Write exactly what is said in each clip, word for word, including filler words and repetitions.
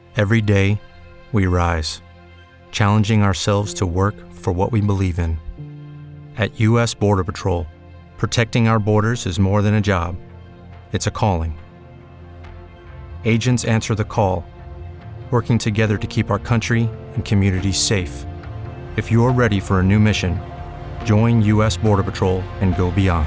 Every day, we rise, challenging ourselves to work for what we believe in. At U S Border Patrol, protecting our borders is more than a job. It's a calling. Agents answer the call, working together to keep our country and communities safe. If you're ready for a new mission, join U S Border Patrol and go beyond.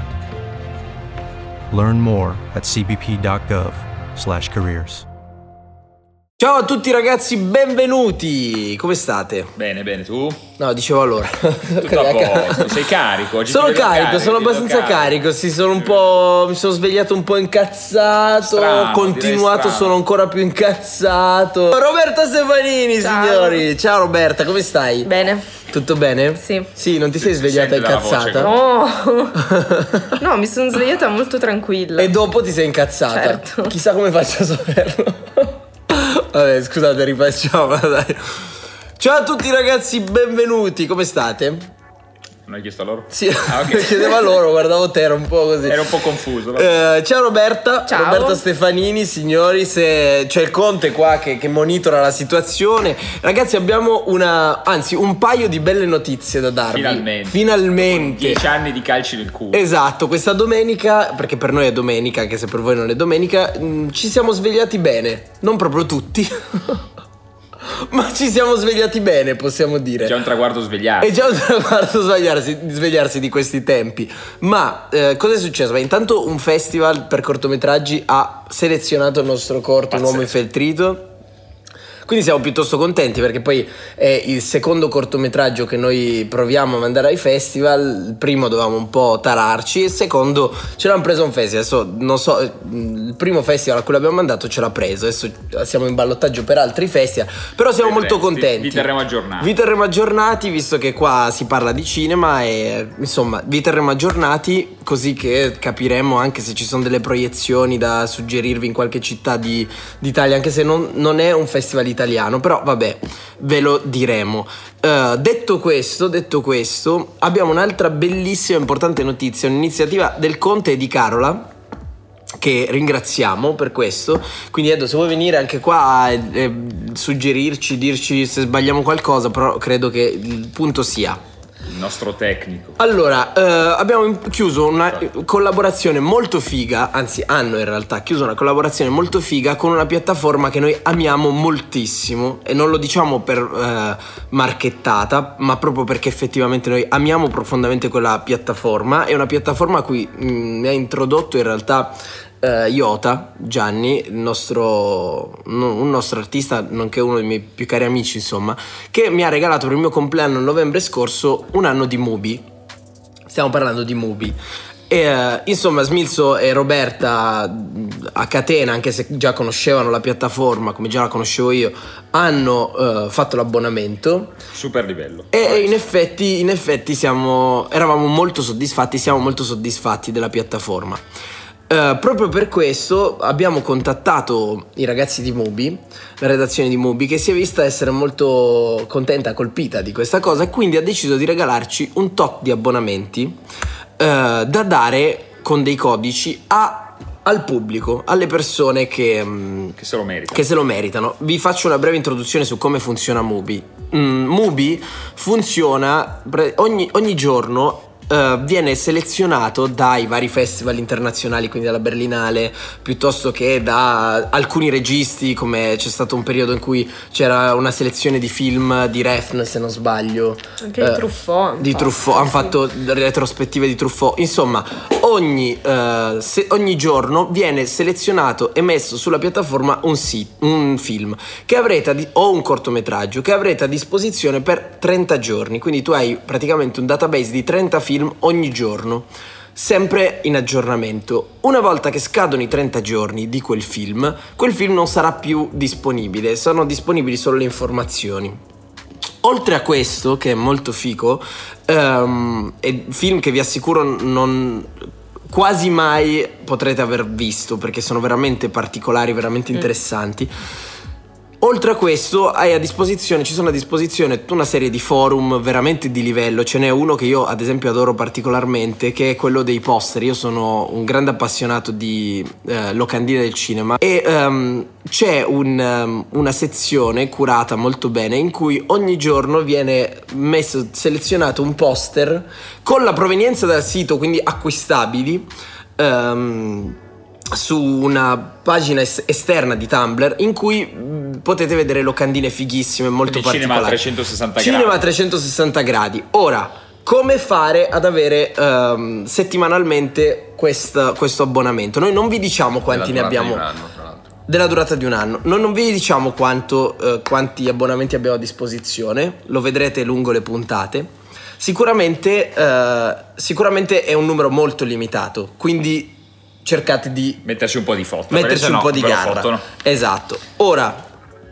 Learn more at c b p dot gov slash careers. Ciao a tutti ragazzi, benvenuti! Come state? Bene, bene, tu? No, dicevo allora. Tutto a posto, sei carico? Oggi sono ti vedo carico, carico, sono ti vedo abbastanza carico. carico, sì, sono un po'. Mi sono svegliato un po' incazzato, Strano, continuato, direi strano. sono ancora più incazzato. Roberta Stefanini, Ciao. signori! Ciao Roberta, come stai? Bene. Tutto bene? Sì. Sì, non ti sei Si svegliata sente dalla voce, incazzata? No. No, mi sono svegliata molto tranquilla. E dopo ti sei incazzata? Certo. Chissà come faccio a saperlo. Vabbè, scusate, rifacciamo, dai. Ciao a tutti ragazzi, benvenuti, come state? Non hai chiesto a loro? Sì, Ah, ok. chiedevo a loro, guardavo te, ero un po' così. Ero un po' confuso. no? Eh, ciao Roberta, Ciao. Roberta Stefanini, signori, se c'è il Conte qua che, che monitora la situazione. Ragazzi, abbiamo una, anzi un paio di belle notizie da darvi. Finalmente. Finalmente. Dieci anni di calci nel culo. Esatto, questa domenica, perché per noi è domenica, anche se per voi non è domenica, mh, ci siamo svegliati bene. Non proprio tutti, ma ci siamo svegliati bene, possiamo dire. È già un traguardo svegliato. È già un traguardo svegliarsi, svegliarsi di questi tempi. Ma eh, cosa è successo? Beh, intanto un festival per cortometraggi ha selezionato il nostro corto, Pazzesco. Un uomo infeltrito. Quindi siamo piuttosto contenti perché poi è il secondo cortometraggio che noi proviamo a mandare ai festival. Il primo dovevamo un po' tararci, il secondo ce l'hanno preso a un festival. Adesso non so, il primo festival a cui l'abbiamo mandato ce l'ha preso. Adesso siamo in ballottaggio per altri festival, però siamo Vedremo, molto contenti. Vi, vi terremo aggiornati. Vi terremo aggiornati, visto che qua si parla di cinema e insomma vi terremo aggiornati così che capiremo anche se ci sono delle proiezioni da suggerirvi in qualche città di, d'Italia, anche se non, non è un festival italiano, però vabbè, ve lo diremo. Uh, detto questo, detto questo, abbiamo un'altra bellissima e importante notizia, un'iniziativa del Conte e di Carola, che ringraziamo per questo. Quindi Edo, se vuoi venire anche qua a eh, suggerirci, dirci se sbagliamo qualcosa, però credo che il punto sia. Il nostro tecnico. Allora, eh, abbiamo chiuso una collaborazione molto figa, anzi hanno in realtà chiuso una collaborazione molto figa con una piattaforma che noi amiamo moltissimo, e non lo diciamo per eh, marchettata, ma proprio perché effettivamente noi amiamo profondamente quella piattaforma. È una piattaforma a cui mh, mi ha introdotto in realtà Uh, Iota, Gianni, il nostro, no, un nostro artista, nonché uno dei miei più cari amici, insomma, che mi ha regalato per il mio compleanno a novembre scorso un anno di Mubi. Stiamo parlando di Mubi. E, uh, insomma, Smilzo e Roberta a catena, anche se già conoscevano la piattaforma, come già la conoscevo io, hanno uh, fatto l'abbonamento. Super livello. E in effetti, in effetti siamo, eravamo molto soddisfatti, siamo molto soddisfatti della piattaforma. Uh, proprio per questo abbiamo contattato i ragazzi di Mubi, la redazione di Mubi, che si è vista essere molto contenta, colpita di questa cosa, e quindi ha deciso di regalarci un tot di abbonamenti uh, da dare con dei codici a, al pubblico, alle persone che, um, Che se lo merita. che se lo meritano. Vi faccio una breve introduzione su come funziona Mubi. Mm, Mubi funziona pre- ogni, ogni giorno. Uh, viene selezionato dai vari festival internazionali, quindi dalla Berlinale, piuttosto che da alcuni registi, come c'è stato un periodo in cui c'era una selezione di film di Refn, se non sbaglio, Anche uh, di Truffaut. di Truffaut, hanno fatto retrospettive di Truffaut. Insomma, ogni, uh, se, ogni giorno viene selezionato e messo sulla piattaforma un, sit, un film che avrete a di- o un cortometraggio che avrete a disposizione per trenta giorni. Quindi tu hai praticamente un database di trenta film ogni giorno, sempre in aggiornamento. Una volta che scadono i trenta giorni di quel film, quel film non sarà più disponibile, sono disponibili solo le informazioni. Oltre a questo, che è molto figo, um, è film che vi assicuro non quasi mai potrete aver visto, perché sono veramente particolari, veramente interessanti. Oltre a questo hai a disposizione, ci sono a disposizione tutta una serie di forum veramente di livello. Ce n'è uno che io ad esempio adoro particolarmente, che è quello dei poster. Io sono un grande appassionato di eh, locandine del cinema e um, c'è un, um, una sezione curata molto bene in cui ogni giorno viene messo, selezionato un poster con la provenienza dal sito, quindi acquistabili, um, su una pagina es- esterna di Tumblr in cui mh, potete vedere locandine fighissime, molto Quindi particolari. cinema a trecentosessanta gradi. Cinema a trecentosessanta gradi. Ora, come fare ad avere um, settimanalmente quest- questo abbonamento? Noi non vi diciamo quanti ne abbiamo. Di un anno, tra l'altro. Della durata di un anno. Noi non vi diciamo quanto, uh, quanti abbonamenti abbiamo a disposizione, lo vedrete lungo le puntate. Sicuramente, uh, sicuramente è un numero molto limitato, quindi cercate di metterci un po' di foto, metterci un no, po' di garra. Foto, no? Esatto. Ora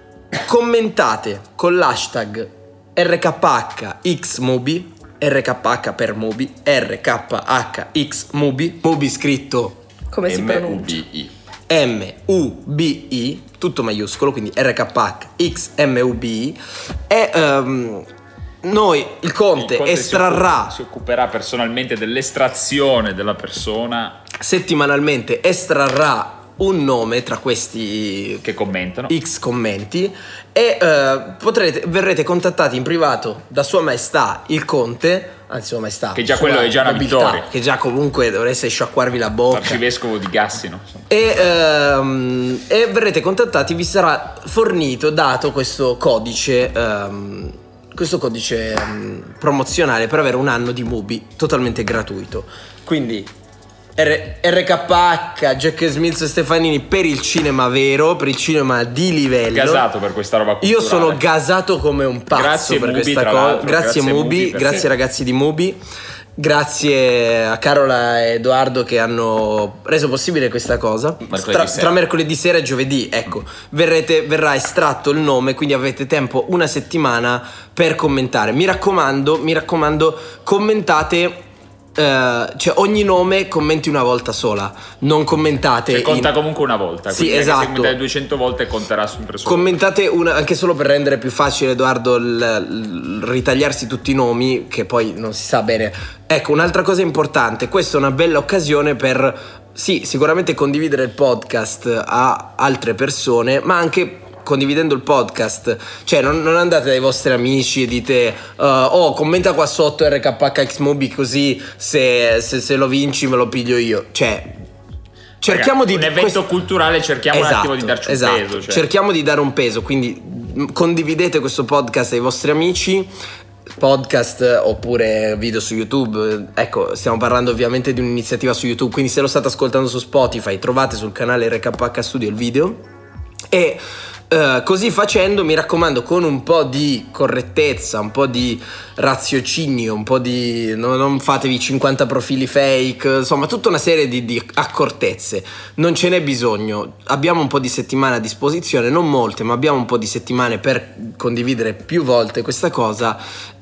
commentate con l'hashtag R K H X Mubi, R K H per Mubi, R K H X Mubi, Mubi scritto Come si M U pronuncia? B I. M U B I, tutto maiuscolo, quindi R K H X M U B I. E um, noi, il Conte, Il Conte estrarrà si, occup- si occuperà personalmente dell'estrazione della persona settimanalmente, estrarrà un nome tra questi che commentano. X commenti e eh, potrete, verrete contattati in privato da Sua Maestà il Conte, anzi Sua Maestà, Che già Sua quello è già una Nobiltà, vittoria. che già comunque dovreste sciacquarvi la bocca. L'arcivescovo di Gassino, insomma. E, ehm, e verrete contattati, vi sarà fornito, dato questo codice ehm, questo codice ehm, promozionale per avere un anno di Mubi totalmente gratuito. Quindi R- R K H, Jack Smith e Stefanini per il cinema vero, per il cinema di livello. Gasato per questa roba culturale. Io sono gasato come un pazzo. Grazie per Mubi, questa tra cosa. l'altro. Grazie, Grazie Mubi, Mubi, perché- grazie ragazzi di Mubi. Grazie a Carola e Edoardo che hanno reso possibile questa cosa. Mercoledì Tra, sera. tra mercoledì sera e giovedì, ecco, verrete, verrà estratto il nome, quindi avete tempo una settimana per commentare. Mi raccomando, mi raccomando, commentate. eh, cioè ogni nome commenti una volta sola, non commentate Che conta in- comunque una volta. Sì, quindi anche esatto. se commentate duecento volte conterà sempre solo. Commentate una, anche solo per rendere più facile, Edoardo, il, il ritagliarsi tutti i nomi, che poi non si sa bene. Ecco, un'altra cosa importante, questa è una bella occasione per, sì, sicuramente condividere il podcast a altre persone, ma anche condividendo il podcast, cioè non, non andate dai vostri amici e dite uh, oh, commenta qua sotto R K H X Mubi, così se, se, se lo vinci me lo piglio io. Cioè cerchiamo Ragazzi, di un evento questo- culturale, cerchiamo un Esatto, attimo di darci un esatto. peso, cioè. Cerchiamo di dare un peso, quindi mh, condividete questo podcast ai vostri amici, podcast oppure video su YouTube. Ecco, stiamo parlando ovviamente di un'iniziativa su YouTube, quindi se lo state ascoltando su Spotify trovate sul canale R K H Studio il video. E Uh, così facendo, mi raccomando, con un po' di correttezza, un po' di raziocinio, un po' di no, non fatevi cinquanta profili fake, insomma tutta una serie di, di accortezze. Non ce n'è bisogno, abbiamo un po' di settimane a disposizione, non molte, ma abbiamo un po' di settimane per condividere più volte questa cosa.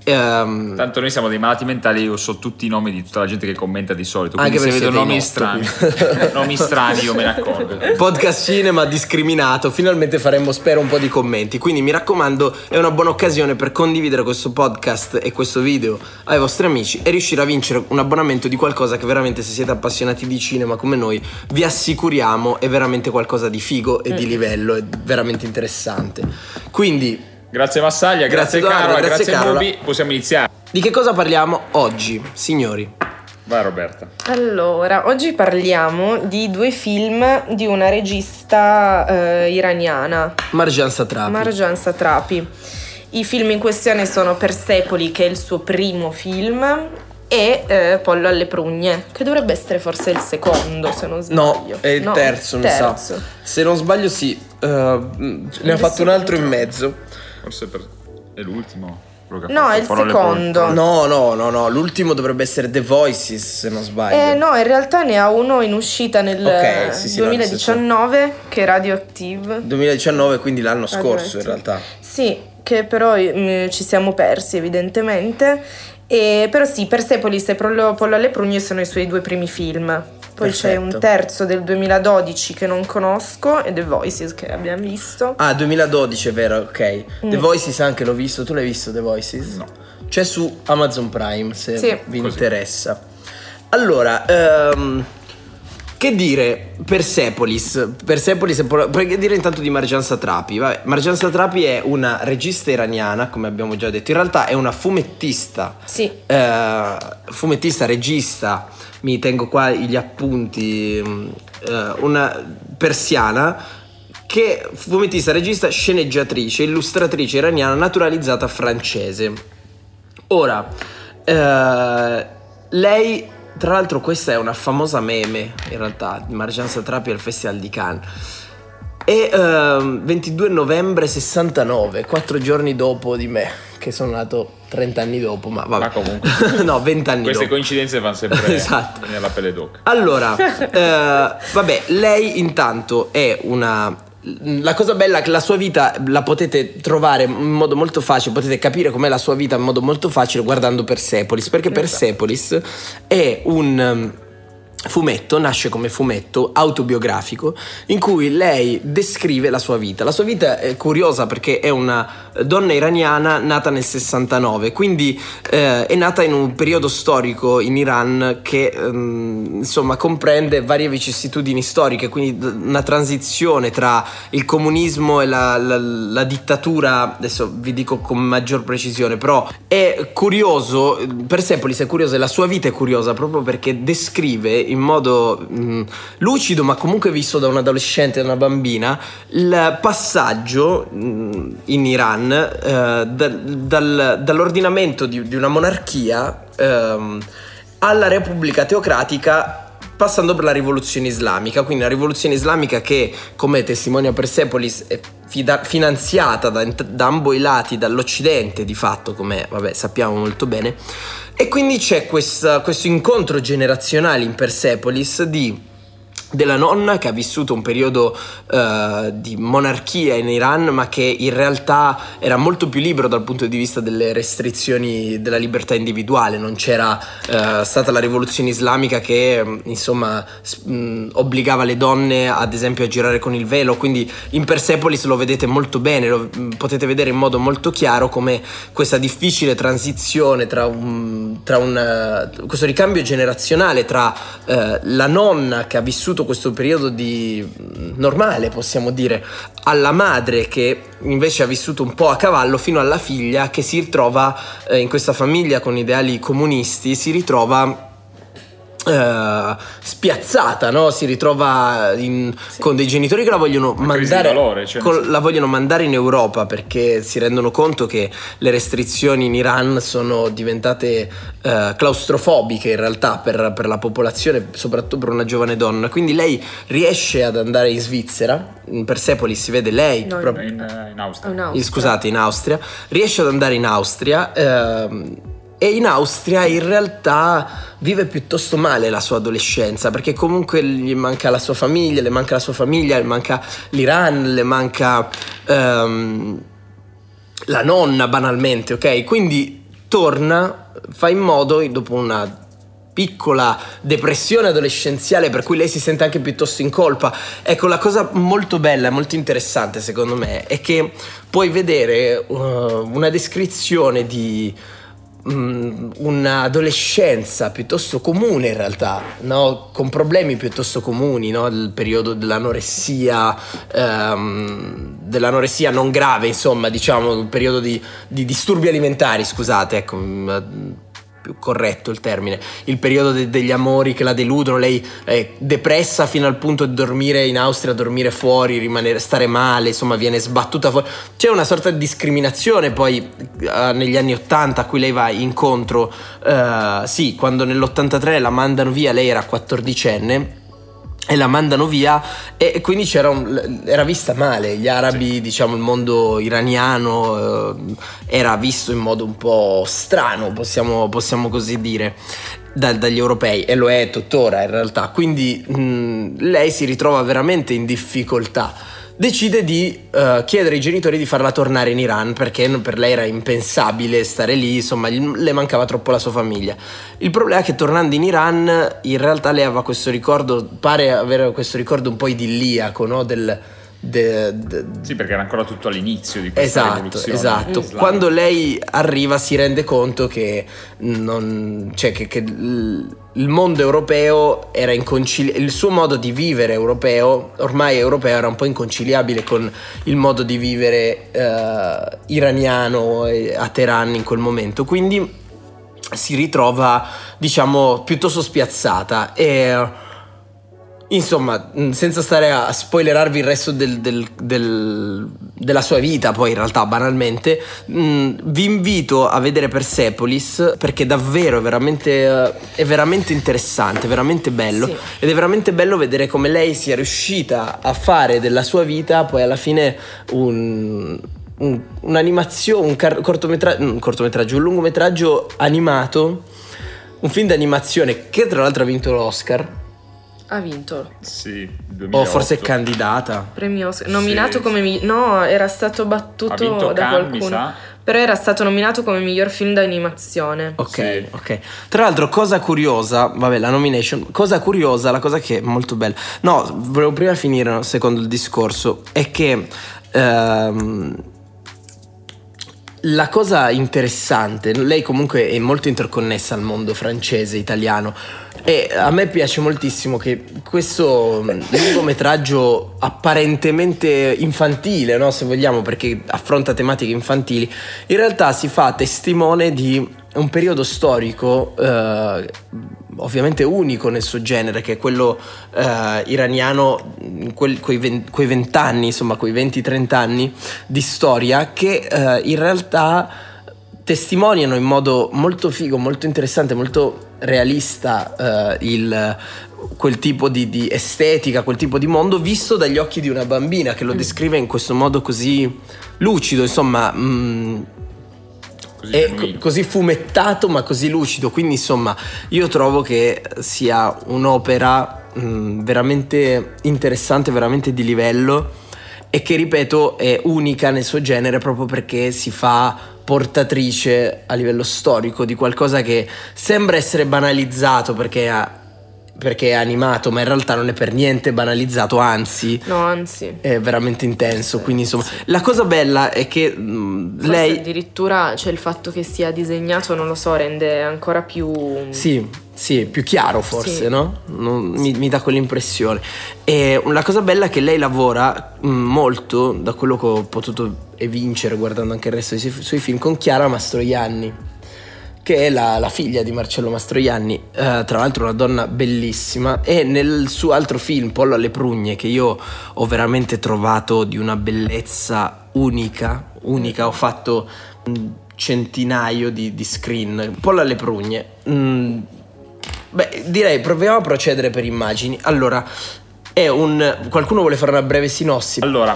Um, Tanto noi siamo dei malati mentali, io so tutti i nomi di tutta la gente che commenta di solito, quindi Anche se perché vedo siete nomi i strani nostri. nomi strani io me ne accorgo. Podcast cinema discriminato, finalmente faremo, spero, un po' di commenti, quindi mi raccomando, è una buona occasione per condividere questo podcast e questo video ai vostri amici e riuscire a vincere un abbonamento di qualcosa che veramente, se siete appassionati di cinema come noi, vi assicuriamo è veramente qualcosa di figo e di livello, è veramente interessante. Quindi Grazie Massaglia, Grazie grazie, Edoardo, Carola, grazie grazie Carola. Mubi, possiamo iniziare. di che cosa parliamo oggi, signori? Vai Roberta. Allora, oggi parliamo di due film di una regista eh, iraniana, Marjan Satrapi. Marjan Satrapi. I film in questione sono Persepoli, che è il suo primo film, e eh, Pollo alle prugne, che dovrebbe essere forse il secondo, se non No, sbaglio. è il No, terzo, mi terzo. sa. Se non sbaglio sì, uh, ne ha fatto un altro in mezzo. Forse per... è l'ultimo. quello che ha No, fatto è il Pollo alle secondo. prugne. No, no, no, no, l'ultimo dovrebbe essere The Voices, se non sbaglio. Eh, no, in realtà ne ha uno in uscita nel Ok, sì, sì, no, nel duemiladiciannove, che è Radioactive. duemiladiciannove, quindi l'anno scorso in Radioactive. realtà. Sì, che però mm, ci siamo persi evidentemente. E, però sì, Persepolis e Pollo, Pollo alle prugne sono i suoi due primi film. Poi Perfetto. c'è un terzo del duemiladodici che non conosco e The Voices che abbiamo visto. Ah, duemiladodici è vero, ok. Mm. The Voices anche l'ho visto, tu l'hai visto The Voices? No. C'è su Amazon Prime se Sì. vi Così. interessa. Allora, ehm, che dire Persepolis? Persepolis è po- che dire intanto di Marjan Satrapi? Vabbè, Marjan Satrapi è una regista iraniana, come abbiamo già detto. In realtà è una fumettista. Sì. Eh, fumettista, regista, mi tengo qua gli appunti, eh, una persiana che fumettista, regista, sceneggiatrice, illustratrice iraniana naturalizzata francese. Ora, eh, lei, tra l'altro questa è una famosa meme in realtà di Marjan Satrapi al Festival di Cannes. E ehm, ventidue novembre sessantanove, quattro giorni dopo di me, che sono nato trenta anni dopo, ma vabbè. Ma comunque. No, venti anni Queste dopo. coincidenze vanno sempre Esatto. nella pelle d'oca. Allora, eh, vabbè, lei intanto è una... La cosa bella è che la sua vita la potete trovare in modo molto facile, potete capire com'è la sua vita in modo molto facile guardando Persepolis, perché Persepolis è un um, fumetto, nasce come fumetto autobiografico in cui lei descrive la sua vita. La sua vita è curiosa perché è una donna iraniana nata nel sessantanove, quindi eh, è nata in un periodo storico in Iran che ehm, insomma comprende varie vicissitudini storiche, quindi una transizione tra il comunismo e la, la, la dittatura. Adesso vi dico con maggior precisione, però è curioso, Persepolis è curiosa e la sua vita è curiosa proprio perché descrive in modo mh, lucido, ma comunque visto da un adolescente, da una bambina, il passaggio mh, in Iran eh, dal, dal, dall'ordinamento di, di una monarchia ehm, alla repubblica teocratica, passando per la rivoluzione islamica. Quindi la rivoluzione islamica che, come testimonia Persepolis, è fida- finanziata da, da ambo i lati dall'Occidente di fatto, come vabbè sappiamo molto bene. E quindi c'è questa, questo incontro generazionale in Persepolis di della nonna che ha vissuto un periodo uh, di monarchia in Iran, ma che in realtà era molto più libero dal punto di vista delle restrizioni della libertà individuale. Non c'era uh, stata la rivoluzione islamica che insomma mh, obbligava le donne ad esempio a girare con il velo, quindi in Persepolis lo vedete molto bene, lo mh, potete vedere in modo molto chiaro come questa difficile transizione tra un, tra un uh, questo ricambio generazionale tra uh, la nonna che ha vissuto questo periodo di normale, possiamo dire, alla madre che invece ha vissuto un po' a cavallo, fino alla figlia che si ritrova eh, in questa famiglia con ideali comunisti, si ritrova Uh, spiazzata, no? Si ritrova in, sì. con dei genitori che la vogliono Una mandare valore, cioè con, la vogliono mandare in Europa perché si rendono conto che le restrizioni in Iran sono diventate uh, claustrofobiche in realtà per, per la popolazione, soprattutto per una giovane donna. Quindi lei riesce ad andare in Svizzera, in Persepolis si vede lei no, proprio, in, in Austria. in Austria. Scusate, in Austria riesce ad andare in Austria uh, e in Austria in realtà vive piuttosto male la sua adolescenza, perché comunque gli manca la sua famiglia, le manca la sua famiglia, le manca l'Iran, le manca um, la nonna banalmente, ok? Quindi torna, fa in modo, dopo una piccola depressione adolescenziale per cui lei si sente anche piuttosto in colpa. Ecco, la cosa molto bella, molto interessante secondo me è che puoi vedere uh, una descrizione di un'adolescenza piuttosto comune in realtà, no? Con problemi piuttosto comuni, no? Il periodo dell'anoressia, ehm, dell'anoressia non grave, insomma, diciamo, un periodo di, di disturbi alimentari, scusate, ecco, più corretto il termine, il periodo de- degli amori che la deludono, lei è depressa fino al punto di dormire in Austria, dormire fuori, rimanere, stare male, insomma viene sbattuta fuori. C'è una sorta di discriminazione poi uh, negli anni ottanta a cui lei va incontro, uh, sì, quando nell'ottantatré la mandano via, lei era quattordicenne e la mandano via e quindi c'era un, era vista male, gli arabi, sì. Diciamo il mondo iraniano eh, era visto in modo un po' strano, possiamo, possiamo così dire, da, dagli europei, e lo è tuttora in realtà. Quindi mh, lei si ritrova veramente in difficoltà. decide di uh, chiedere ai genitori di farla tornare in Iran, perché per lei era impensabile stare lì, insomma gli, le mancava troppo la sua famiglia. Il problema è che tornando in Iran in realtà lei aveva questo ricordo, pare avere questo ricordo un po' idilliaco, no? Del, de, de, sì, perché era ancora tutto all'inizio di questa esatto, rivoluzione esatto. islamica. Quando lei arriva si rende conto che non, cioè che, che il mondo europeo era inconciliabile, il suo modo di vivere europeo, ormai europeo, era un po' inconciliabile con il modo di vivere eh, iraniano a Teheran in quel momento, quindi si ritrova, diciamo, piuttosto spiazzata. E insomma, senza stare a spoilerarvi il resto del, del, del, della sua vita, poi in realtà banalmente, mh, vi invito a vedere Persepolis, perché davvero è veramente, è veramente interessante, veramente bello, sì. Ed è veramente bello vedere come lei sia riuscita a fare della sua vita poi alla fine un, un, un'animazione, un car- cortometraggio, un cortometraggio, un lungometraggio animato, un film d'animazione che tra l'altro ha vinto l'Oscar. Ha vinto. Sì, duemilaotto. O forse è candidata. Premio Oscar. Nominato sì, come mi- no, era stato battuto ha vinto da Cannes, qualcuno. mi sa. Però era stato nominato come miglior film d'animazione. Ok, sì. ok. Tra l'altro, cosa curiosa, vabbè, la nomination, cosa curiosa, la cosa che è molto bella. No, volevo prima finire, secondo il discorso, è che ehm, la cosa interessante, lei comunque è molto interconnessa al mondo francese, italiano, e a me piace moltissimo che questo lungometraggio apparentemente infantile, no, se vogliamo, perché affronta tematiche infantili, in realtà si fa testimone di un periodo storico eh, ovviamente unico nel suo genere, che è quello eh, iraniano, quel, quei vent'anni, insomma quei venti trenta anni di storia che eh, in realtà testimoniano in modo molto figo, molto interessante, molto realista eh, il, quel tipo di, di estetica, quel tipo di mondo visto dagli occhi di una bambina che lo descrive in questo modo così lucido, insomma mh, Così, è co- così fumettato ma così lucido, quindi insomma io trovo che sia un'opera mh, veramente interessante, veramente di livello, e che, ripeto, è unica nel suo genere proprio perché si fa portatrice a livello storico di qualcosa che sembra essere banalizzato perché ha perché è animato, ma in realtà non è per niente banalizzato, anzi, no, anzi è veramente intenso. Sì, quindi insomma sì. La cosa bella è che mh, forse lei addirittura, cioè, il fatto che sia disegnato, non lo so, rende ancora più sì, sì, più chiaro forse, sì. no? Non, mi, mi dà quell'impressione. E la cosa bella è che lei lavora mh, molto, da quello che ho potuto evincere guardando anche il resto dei suoi, suoi film, con Chiara Mastroianni, che è la, la figlia di Marcello Mastroianni, eh, tra l'altro una donna bellissima, e nel suo altro film Pollo alle prugne, che io ho veramente trovato di una bellezza unica, unica, ho fatto un centinaio di, di screen. Pollo alle prugne, mm, beh, direi proviamo a procedere per immagini. Allora, è un... qualcuno vuole fare una breve sinossi? Allora,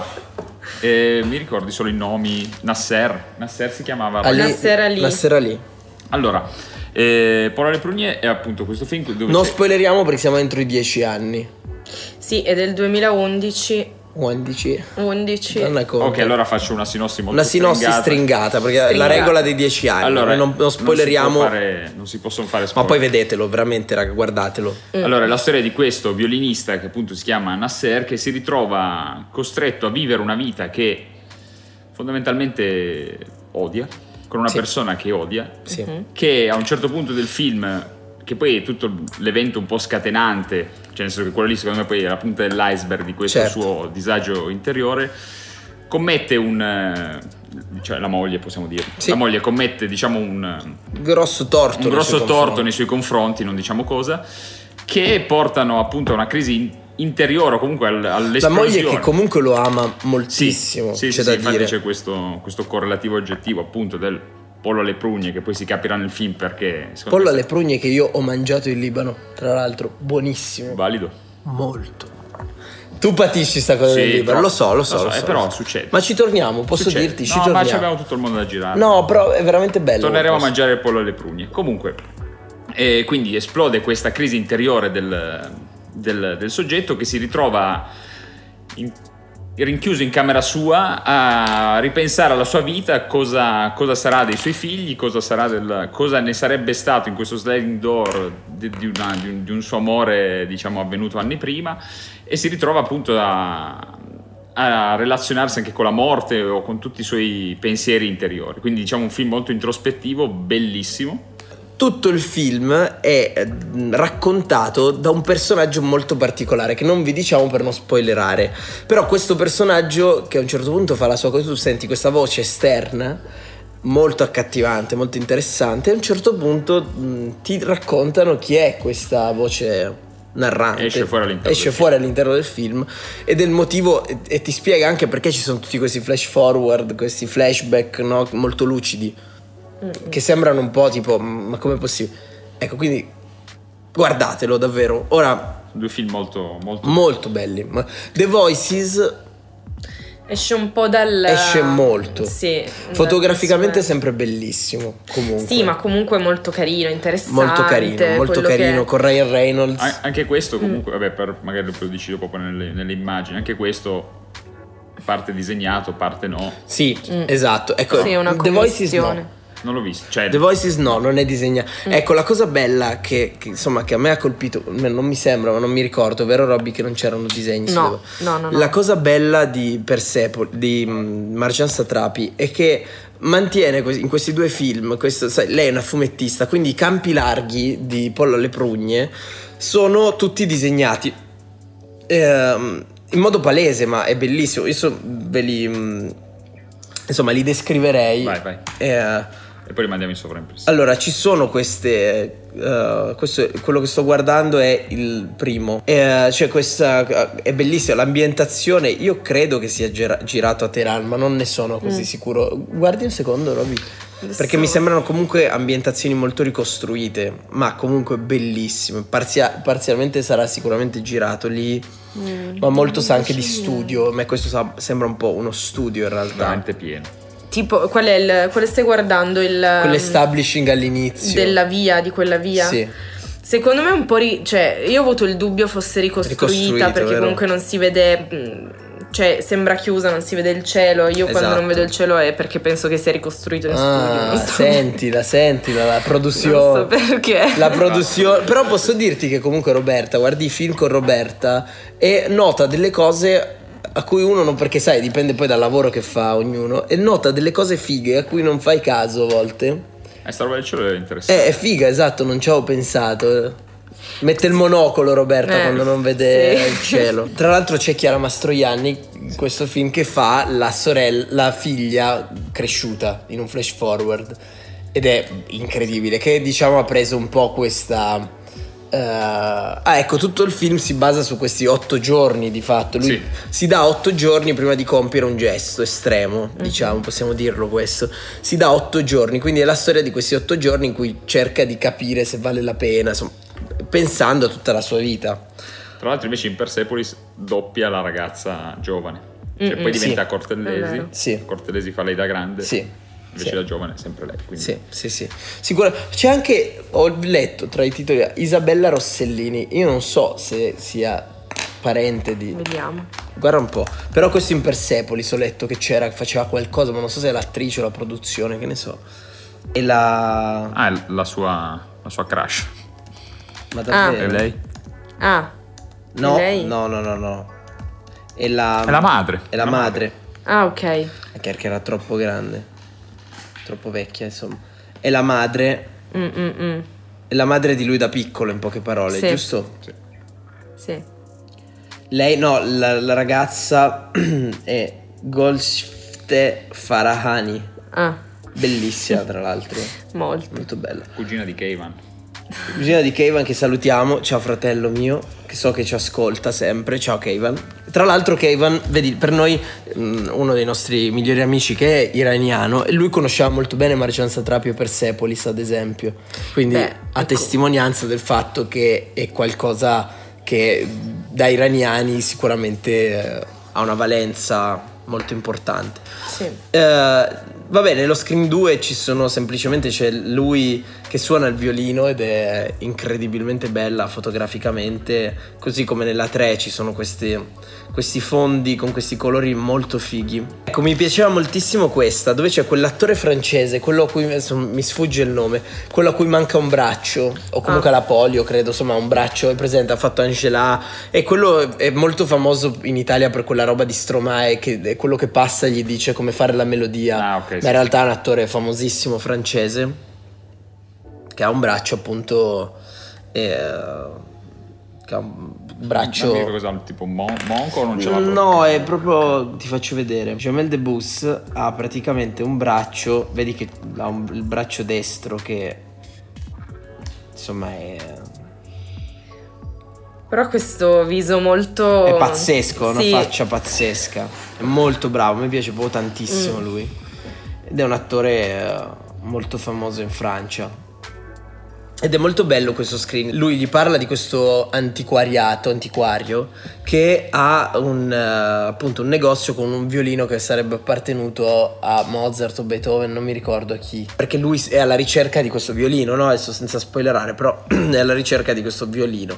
eh, mi ricordi solo i nomi. Nasser, Nasser si chiamava Ali, Nasser Ali. Nasser Ali. Allora, eh, Pollo alle prugne è appunto questo film dove non c'è... spoileriamo perché siamo entro i dieci anni. Sì, è del duemilaundici. undici. undici. Ok, allora faccio una sinossi molto una sinossi stringata, stringata perché Stringata. la regola dei dieci anni. Allora, non, non spoileriamo, non si, può fare, non si possono fare ma spoiler. poi vedetelo, veramente, raga, guardatelo. Allora, è la storia di questo violinista che appunto si chiama Nasser, che si ritrova costretto a vivere una vita che fondamentalmente odia, con una Sì. persona che odia, Sì. che a un certo punto del film, che poi è tutto l'evento un po' scatenante, cioè nel senso che quello lì secondo me poi è la punta dell'iceberg di questo Certo. suo disagio interiore, commette un, cioè la moglie possiamo dire, Sì. la moglie commette diciamo un, Grosso torto. un nei grosso suoi torto confronti. nei suoi confronti, non diciamo cosa, che portano appunto a una crisi in- interiore, o comunque al- La all'esplosione. moglie che comunque lo ama Sì, moltissimo, sì, c'è sì, da sì, infatti dire. c'è questo, questo correlativo oggettivo appunto del pollo alle prugne, che poi si capirà nel film perché secondo Pollo me alle prugne che io ho mangiato in Libano, tra l'altro, buonissimo. è valido. Molto. Tu patisci sta cosa Sì, del Libano, troppo. lo so, lo so. Lo so, lo eh, so, però lo so. succede. Ma ci torniamo, posso Succede. dirti, ci no, torniamo. ma ci abbiamo tutto il mondo da girare. No, però è veramente bello. Torneremo a questo. mangiare il pollo alle prugne. Comunque, e quindi esplode questa crisi interiore del, del, del soggetto, che si ritrova in rinchiuso in camera sua a ripensare alla sua vita, cosa, cosa sarà dei suoi figli, cosa, sarà del, cosa ne sarebbe stato in questo sliding door di, di, una, di, un, di un suo amore, diciamo, avvenuto anni prima, e si ritrova appunto a, a relazionarsi anche con la morte o con tutti i suoi pensieri interiori. Quindi diciamo un film molto introspettivo, bellissimo. Tutto il film è raccontato da un personaggio molto particolare che non vi diciamo per non spoilerare, però questo personaggio che a un certo punto fa la sua cosa, tu senti questa voce esterna molto accattivante, molto interessante, e a un certo punto mh, ti raccontano chi è questa voce narrante, esce fuori all'interno, esce del, fuori film. all'interno del film ed è il motivo, e, e ti spiega anche perché ci sono tutti questi flash forward, questi flashback, no, molto lucidi, che sembrano un po' tipo ma come è possibile? Ecco, quindi guardatelo davvero. Ora, due film molto molto, molto belli. Ma The Voices esce un po' dal esce molto. Sì, fotograficamente è sempre bellissimo comunque. Sì, ma comunque molto carino, interessante. Molto carino, molto carino che... con Ryan Reynolds. An- anche questo comunque, mm. vabbè, per magari lo dici dopo poi nelle, nelle immagini, anche questo parte disegnato, parte no. Sì, mm. esatto. Ecco, sì, una The Voices no. Non l'ho visto, cioè... The Voices no, non è disegnato. Mm. Ecco, la cosa bella che, che insomma che a me ha colpito, non mi sembra, ma non mi ricordo, vero Robby, che non c'erano disegni? No, no, no, no. La cosa bella di Persepoli, di Marjan Satrapi, è che mantiene in questi due film, questo, sai, lei è una fumettista, quindi i campi larghi di Pollo alle Prugne sono tutti disegnati ehm, in modo palese, ma è bellissimo. Io so, ve li insomma li descriverei. Vai, vai. Eh, E poi rimandiamo in sovraimpressione. Allora, ci sono queste uh, questo, quello che sto guardando è il primo, eh, cioè questa è bellissima l'ambientazione. Io credo che sia gira, girato a Teheran, ma non ne sono così mm. sicuro. Guardi un secondo, Roby, perché mi sembrano comunque ambientazioni molto ricostruite, ma comunque bellissime. Parzia, parzialmente sarà sicuramente girato lì, mm. ma molto sa anche di studio. A me questo sa, sembra un po' uno studio in realtà. Veramente pieno. Tipo, qual è il, quale stai guardando? Il Quell'establishing all'inizio della via, di quella via? Sì. Secondo me un po' ri- cioè, io ho avuto il dubbio fosse ricostruita, perché vero? Comunque non si vede, cioè sembra chiusa, non si vede il cielo. Io esatto. quando non vedo il cielo è perché penso che sia ricostruito in ah, studio. Non so sentila, sentila la produzione. Non so perché. La produzione. Però posso dirti che comunque Roberta, guardi i film con Roberta e nota delle cose a cui uno non, perché sai, dipende poi dal lavoro che fa ognuno, e nota delle cose fighe a cui non fai caso a volte. Eh, sta roba del cielo è interessante. Eh, è figa, esatto, non ci avevo pensato. Mette il monocolo Roberta eh, quando non vede sì. il cielo. Tra l'altro c'è Chiara Mastroianni in questo film che fa la sorella, la figlia cresciuta in un flash forward, ed è incredibile, che diciamo ha preso un po' questa... Uh, ah ecco, tutto il film si basa su questi otto giorni di fatto. Lui sì. si dà otto giorni prima di compiere un gesto estremo, mm-hmm. diciamo, possiamo dirlo questo. Si dà otto giorni, quindi è la storia di questi otto giorni in cui cerca di capire se vale la pena, insomma, pensando a tutta la sua vita. Tra l'altro invece in Persepolis doppia la ragazza giovane, cioè mm-hmm. poi diventa sì. Cortellesi, sì. Cortellesi fa lei da grande. Sì. Invece sì. da giovane è sempre lei, quindi. Sì, sì, sì. Sicura. C'è anche, ho letto tra i titoli, Isabella Rossellini. Io non so se sia parente di... Vediamo. Guarda un po'. Però questo in Persepolis ho letto che c'era, che faceva qualcosa, ma non so se è l'attrice o la produzione, che ne so. E la... Ah, è la sua, la sua crush. Ma davvero? È lei? Ah. No, è lei? no, no, no, no. È la... È la madre. È la, la madre. madre. Ah, ok. Perché era troppo grande. Troppo vecchia, insomma. È la madre. Mm-mm-mm. È la madre di lui da piccolo, in poche parole, sì. giusto? Sì. Sì. Lei, no, la, la ragazza è Golshte Farahani. Ah. Bellissima, tra l'altro. Molto. Molto bella. Cugina di Keivan. Cugina di Keivan, che salutiamo. Ciao fratello mio, che so che ci ascolta sempre. Ciao Keivan. Tra l'altro Keivan, vedi, per noi um, uno dei nostri migliori amici che è iraniano, e lui conosceva molto bene Marjan Satrapi e Persepolis, ad esempio. Quindi Beh, a ecco. testimonianza del fatto che è qualcosa che da iraniani sicuramente eh, ha una valenza molto importante. Sì. Eh, vabbè, nello Scream due ci sono semplicemente, c'è lui che suona il violino ed è incredibilmente bella fotograficamente, così come nella tre ci sono questi, questi fondi con questi colori molto fighi. Ecco, mi piaceva moltissimo questa, dove c'è quell'attore francese, quello a cui adesso mi sfugge il nome, quello a cui manca un braccio, o comunque ah. la polio, credo, insomma un braccio, è presente, ha fatto Angela, e quello è molto famoso in Italia per quella roba di Stromae, che è quello che passa e gli dice come fare la melodia, ah, okay, ma sì. in realtà è un attore famosissimo francese che ha un braccio appunto eh, che ha un braccio, non mi ricordo cosa, tipo mon- monco o non ce l'ha proprio? No, è proprio, ti faccio vedere, Jamel Debbouze ha praticamente un braccio, vedi che ha un, il braccio destro che insomma è però questo viso molto è pazzesco, sì. una faccia pazzesca, è molto bravo, mi piace proprio tantissimo mm. lui, ed è un attore eh, molto famoso in Francia. Ed è molto bello questo Scream. Lui gli parla di questo antiquariato, antiquario, che ha un, uh, appunto un negozio con un violino che sarebbe appartenuto a Mozart o Beethoven, non mi ricordo a chi. Perché lui è alla ricerca di questo violino, no? Adesso senza spoilerare, però è alla ricerca di questo violino.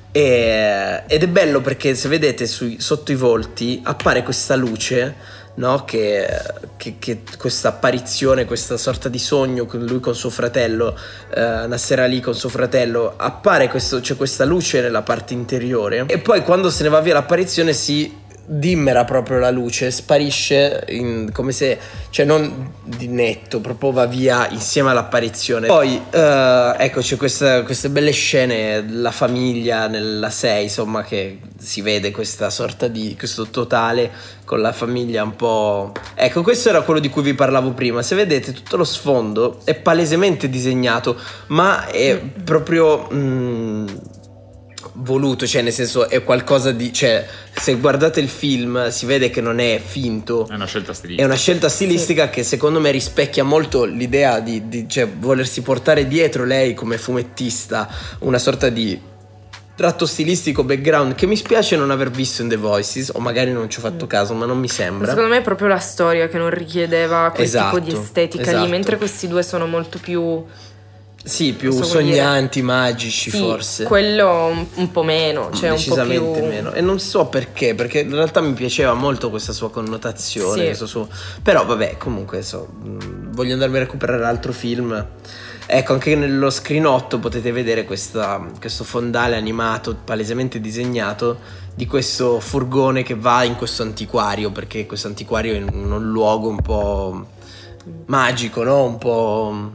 E, ed è bello perché se vedete sui, sotto i volti appare questa luce, no? Che, che, che questa apparizione, questa sorta di sogno con lui con suo fratello, eh, una sera lì con suo fratello, appare questo, c'è questa luce nella parte interiore, e poi quando se ne va via l'apparizione si dimmera proprio la luce, sparisce in, come se, cioè non di netto, proprio va via insieme all'apparizione. Poi eh, ecco, c'è questa, queste belle scene, la famiglia nella sei, insomma, che si vede questa sorta di questo totale con la famiglia un po', ecco, questo era quello di cui vi parlavo prima. Se vedete tutto lo sfondo è palesemente disegnato, ma è proprio mh, voluto, cioè nel senso è qualcosa di, cioè se guardate il film si vede che non è finto, è una scelta stilistica, è una scelta stilistica sì. Che secondo me rispecchia molto l'idea di, di cioè volersi portare dietro lei come fumettista una sorta di tratto stilistico, background che mi spiace non aver visto in The Voices, o magari non ci ho fatto caso, ma non mi sembra. Secondo me è proprio la storia che non richiedeva quel esatto, tipo di estetica esatto. lì, mentre questi due sono molto più sì, più so sognanti, dire. magici, sì, forse. Quello un, un po' meno, cioè decisamente un po' più meno. E non so perché, perché in realtà mi piaceva molto questa sua connotazione, sì. questo suo... Però vabbè, comunque so, voglio andarmi a recuperare altro film. Ecco, anche nello Screen otto potete vedere questa, questo fondale animato, palesemente disegnato, di questo furgone che va in questo antiquario, perché questo antiquario è in un luogo un po' magico, no? Un po'...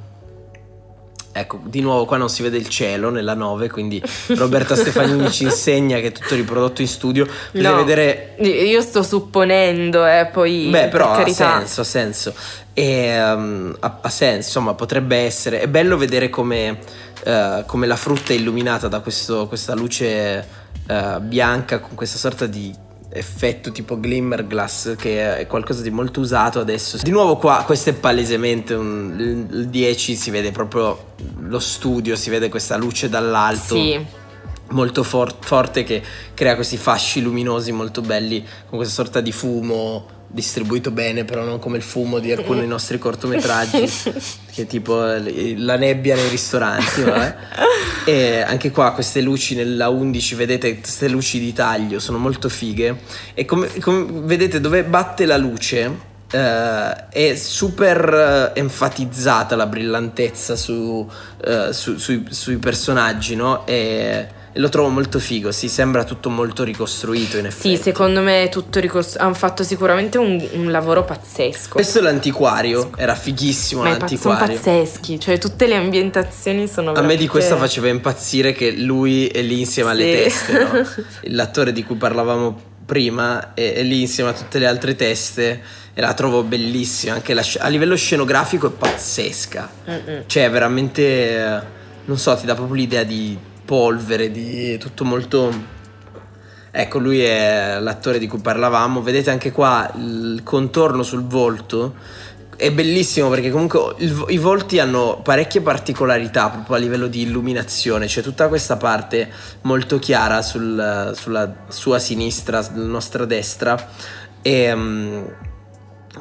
Ecco, di nuovo qua non si vede il cielo nella nove, quindi Roberta Stefanini ci insegna che è tutto riprodotto in studio. Potete no, vedere... io sto supponendo, eh, poi Beh, però per carità. ha senso, ha senso. E, um, ha, ha senso, insomma, potrebbe essere... È bello vedere come, uh, come la frutta è illuminata da questo, questa luce uh, bianca con questa sorta di effetto tipo glimmer glass, che è qualcosa di molto usato adesso. Di nuovo qua, questo è palesemente un, il, il dieci, si vede proprio lo studio, si vede questa luce dall'alto, sì. molto for- forte, che crea questi fasci luminosi molto belli, con questa sorta di fumo distribuito bene, però non come il fumo di alcuni nostri cortometraggi che è tipo la nebbia nei ristoranti, vabbè. E anche qua queste luci nella undici, vedete queste luci di taglio sono molto fighe, e come, come vedete dove batte la luce Uh, è super uh, enfatizzata la brillantezza su, uh, su, sui, sui personaggi, no? E, e lo trovo molto figo, si sembra tutto molto ricostruito in effetti. Sì, secondo me è tutto ricostruito, hanno fatto sicuramente un, un lavoro pazzesco. Questo è l'antiquario, pazzesco. Era fighissimo. Ma l'antiquario, sono pazzeschi, cioè tutte le ambientazioni sono veramente... A me di questa faceva impazzire che lui è lì insieme alle sì. teste, no? L'attore di cui parlavamo prima è, è lì insieme a tutte le altre teste, e la trovo bellissima, anche la, a livello scenografico è pazzesca. Mm-mm. Cioè veramente, non so, ti dà proprio l'idea di polvere, di tutto molto... Ecco, lui è l'attore di cui parlavamo. Vedete anche qua il contorno sul volto, è bellissimo perché comunque il, i volti hanno parecchie particolarità proprio a livello di illuminazione. C'è tutta questa parte molto chiara sul, sulla sua sinistra, sulla nostra destra, e um,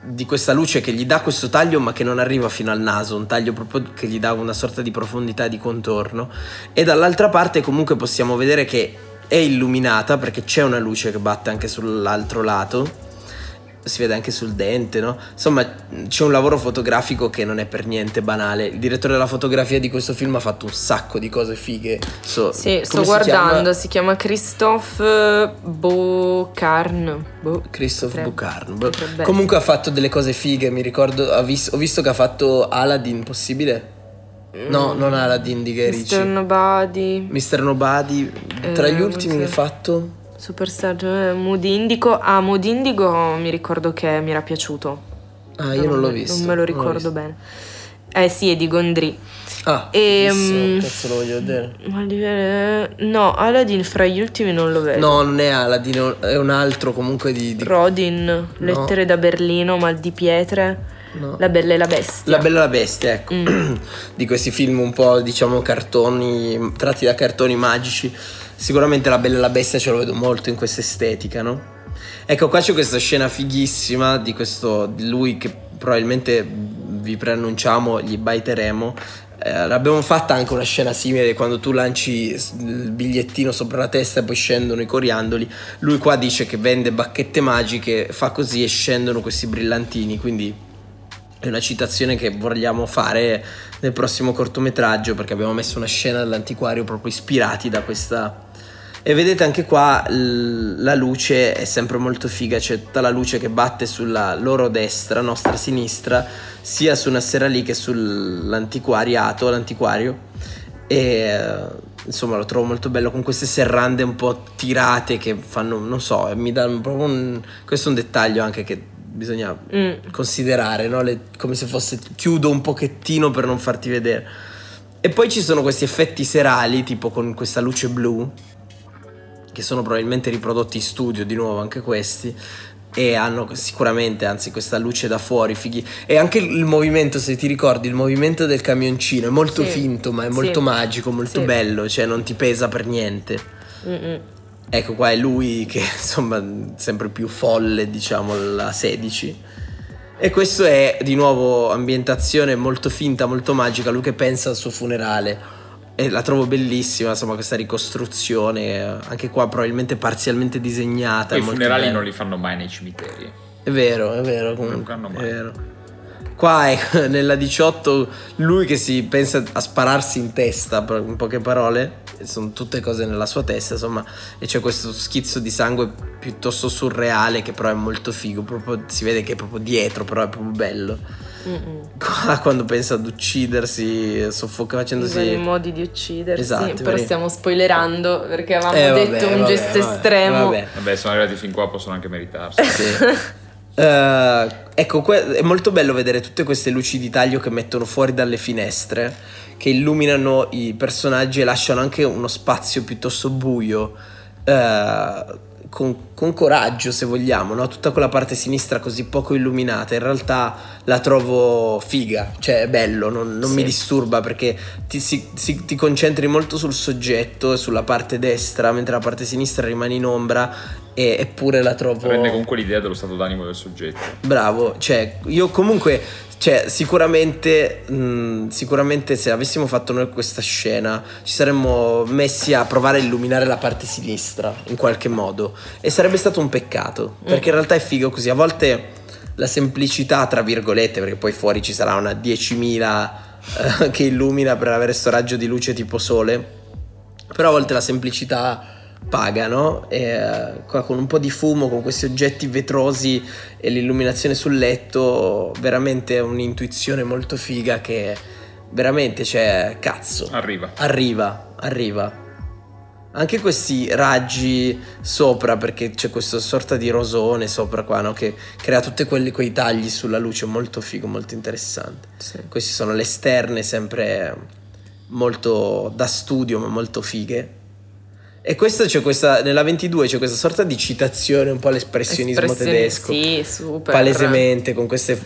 di questa luce che gli dà questo taglio ma che non arriva fino al naso, un taglio proprio che gli dà una sorta di profondità di contorno, e dall'altra parte comunque possiamo vedere che è illuminata perché c'è una luce che batte anche sull'altro lato, si vede anche sul dente, no? Insomma, c'è un lavoro fotografico che non è per niente banale. Il direttore della fotografia di questo film ha fatto un sacco di cose fighe. So, sì, sto guardando, si chiama, si chiama Christophe Boucarn. Bo- Christophe Boucarn. Comunque ha fatto delle cose fighe, mi ricordo, ho visto, ho visto che ha fatto Aladdin, possibile? No, mm. non Aladdin di Guy Ritchie. mister Nobody. mister Nobody, tra eh, gli ultimi che ha fatto... Superstar, eh, Mood Indigo. Ah, Mood Indigo mi ricordo che mi era piaciuto. Ah, io non, non l'ho visto. Non me lo ricordo bene. Eh sì, è di Gondry. Ah, e, um, cazzo lo voglio vedere. No, Aladdin fra gli ultimi non lo vedo. No, non è Aladdin, è un altro comunque di... di... Rodin, Lettere no. da Berlino, Mal di pietre. No. La Bella e la Bestia. La Bella e la Bestia, ecco. Mm. Di questi film un po', diciamo, cartoni, tratti da cartoni magici. Sicuramente La Bella e la Bestia ce lo vedo molto in questa estetica, no? Ecco, qua c'è questa scena fighissima di questo, di lui che probabilmente vi preannunciamo, gli baiteremo. Eh, l'abbiamo fatta anche una scena simile quando tu lanci il bigliettino sopra la testa e poi scendono i coriandoli. Lui qua dice che vende bacchette magiche, fa così e scendono questi brillantini, quindi è una citazione che vogliamo fare nel prossimo cortometraggio, perché abbiamo messo una scena dell'antiquario proprio ispirati da questa. E vedete anche qua l- la luce è sempre molto figa, c'è tutta la luce che batte sulla loro destra, nostra sinistra, sia su Nasser Ali che sull'antiquariato, l'antiquario, e insomma lo trovo molto bello con queste serrande un po' tirate che fanno, non so, mi danno proprio un... questo è un dettaglio anche che bisogna mm. considerare, no? Le, come se fosse, chiudo un pochettino per non farti vedere. E poi ci sono questi effetti serali, tipo con questa luce blu, che sono probabilmente riprodotti in studio, di nuovo anche questi, e hanno sicuramente, anzi, questa luce da fuori fighi. E anche il movimento, se ti ricordi, il movimento del camioncino è molto sì. finto, ma è molto sì. magico, molto sì. bello, cioè non ti pesa per niente. Mm-mm. Ecco, qua è lui che insomma sempre più folle, diciamo, la sedici. E questo è di nuovo ambientazione molto finta, molto magica, lui che pensa al suo funerale. E la trovo bellissima, insomma, questa ricostruzione, anche qua probabilmente parzialmente disegnata. I funerali bello. Non li fanno mai nei cimiteri. È vero, è vero, comunque, non è vero. Qua è nella diciotto lui che si pensa a spararsi in testa, in poche parole, sono tutte cose nella sua testa, insomma, e c'è questo schizzo di sangue piuttosto surreale che però è molto figo, proprio si vede che è proprio dietro, però è proprio bello. Mm-mm. Qua quando pensa ad uccidersi, soffoca facendosi i modi di uccidersi. Esatto, però perché... stiamo spoilerando perché avevamo eh, vabbè, detto un vabbè, gesto vabbè, estremo. Vabbè. vabbè, sono arrivati fin qua, possono anche meritarsi. Sì. Uh, ecco, que- è molto bello vedere tutte queste luci di taglio che mettono fuori dalle finestre, che illuminano i personaggi e lasciano anche uno spazio piuttosto buio, uh, con, con coraggio, se vogliamo, no? Tutta quella parte sinistra così poco illuminata in realtà la trovo figa, cioè è bello, non, non sì. mi disturba, perché ti, si, si, ti concentri molto sul soggetto e sulla parte destra, mentre la parte sinistra rimane in ombra. E, eppure la trovo, rende comunque l'idea dello stato d'animo del soggetto. Bravo, cioè io comunque, cioè sicuramente mh, sicuramente se avessimo fatto noi questa scena ci saremmo messi a provare a illuminare la parte sinistra in qualche modo, e sarebbe stato un peccato, perché in realtà è figo così. A volte la semplicità, tra virgolette, perché poi fuori ci sarà una diecimila eh, che illumina per avere sto raggio di luce tipo sole, però a volte la semplicità paga, no? E, uh, qua con un po' di fumo, con questi oggetti vetrosi e l'illuminazione sul letto, veramente è un'intuizione molto figa che veramente, cioè, cazzo, arriva arriva arriva anche questi raggi sopra, perché c'è questa sorta di rosone sopra qua, no? Che crea tutti quelli, quei tagli sulla luce, molto figo, molto interessante. Sì. Queste sono le esterne, sempre molto da studio ma molto fighe. E questo c'è questa, nella ventidue c'è questa sorta di citazione un po' all'espressionismo tedesco. Sì, super. Palesemente, con queste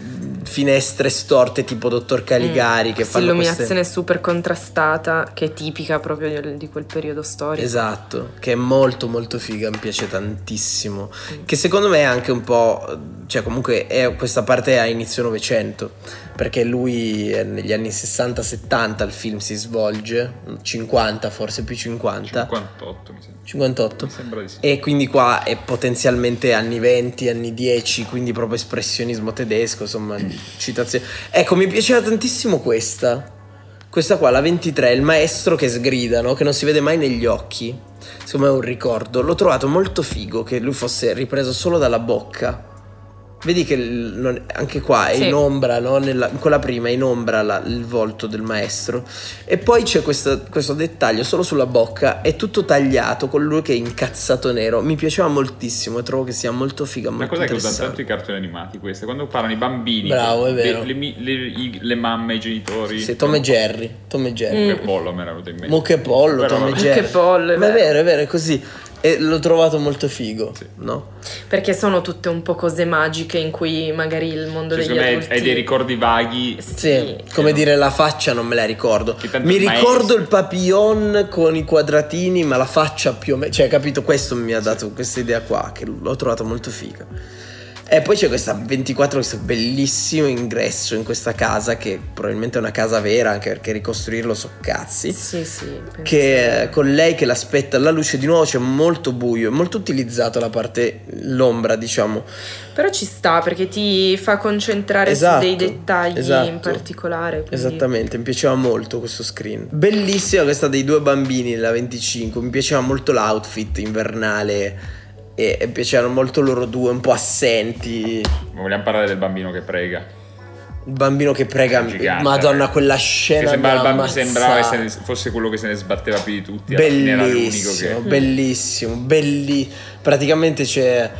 finestre storte tipo Dottor Caligari, mm. che fanno illuminazione queste... super contrastata, che è tipica proprio di, di quel periodo storico. Esatto, che è molto molto figa, mi piace tantissimo, mm. che secondo me è anche un po', cioè comunque è, questa parte è a inizio Novecento, perché lui negli anni sessanta settanta il film si svolge, cinquanta forse, più cinquanta cinquantotto mi sembra. cinquantotto Mi sembra di sì. E quindi qua è potenzialmente anni venti, anni dieci, quindi proprio espressionismo tedesco, insomma, citazione. Ecco, mi piaceva tantissimo questa. Questa qua, la ventitré, il maestro che sgrida, no? Che non si vede mai negli occhi. Secondo me è un ricordo. L'ho trovato molto figo che lui fosse ripreso solo dalla bocca. Vedi che il, non, anche qua è sì. in ombra, no? Nella, in quella prima è in ombra la, il volto del maestro. E poi c'è questo, questo dettaglio solo sulla bocca, è tutto tagliato con lui che è incazzato nero. Mi piaceva moltissimo, trovo che sia molto figa, molto interessante. Ma cos'è che usano tanto i cartoni animati queste? Quando parlano i bambini, bravo, è vero. Le, le, le, i, le mamme, i genitori. Sì, Tom e Jerry, Tom e Jerry. Mucche e Pollo mi era venuto in mente. Mucche e Pollo, Tom e Jerry. Mucche e Pollo, è ma è vero, è vero, è così. E l'ho trovato molto figo, sì. no? Perché sono tutte un po' cose magiche in cui magari il mondo cioè, degli adulti... Hai dei ricordi vaghi. Sì, sì come no. dire la faccia non me la ricordo. Mi ricordo il papillon con i quadratini, ma la faccia più o meno... Cioè, capito? Questo mi ha dato sì. questa idea qua, che l'ho trovato molto figa. E poi c'è questa ventiquattro, questo bellissimo ingresso in questa casa, che probabilmente è una casa vera, anche perché ricostruirlo so cazzi. Sì, sì. Che con lei che l'aspetta alla luce, di nuovo c'è molto buio, è molto utilizzato la parte, l'ombra, diciamo. Però ci sta, perché ti fa concentrare esatto, su dei dettagli esatto, in particolare. Quindi... Esattamente, mi piaceva molto questo screen. Bellissima questa dei due bambini nella venticinque, mi piaceva molto l'outfit invernale. E, e piacevano molto loro due, un po' assenti. Vogliamo parlare del bambino che prega? Il bambino che prega, gigante, Madonna, eh. quella scena. Che sembra, il bambino, sembrava se ne, fosse quello che se ne sbatteva più di tutti. Bellissimo, era l'unico che... bellissimo, belli. Praticamente c'è.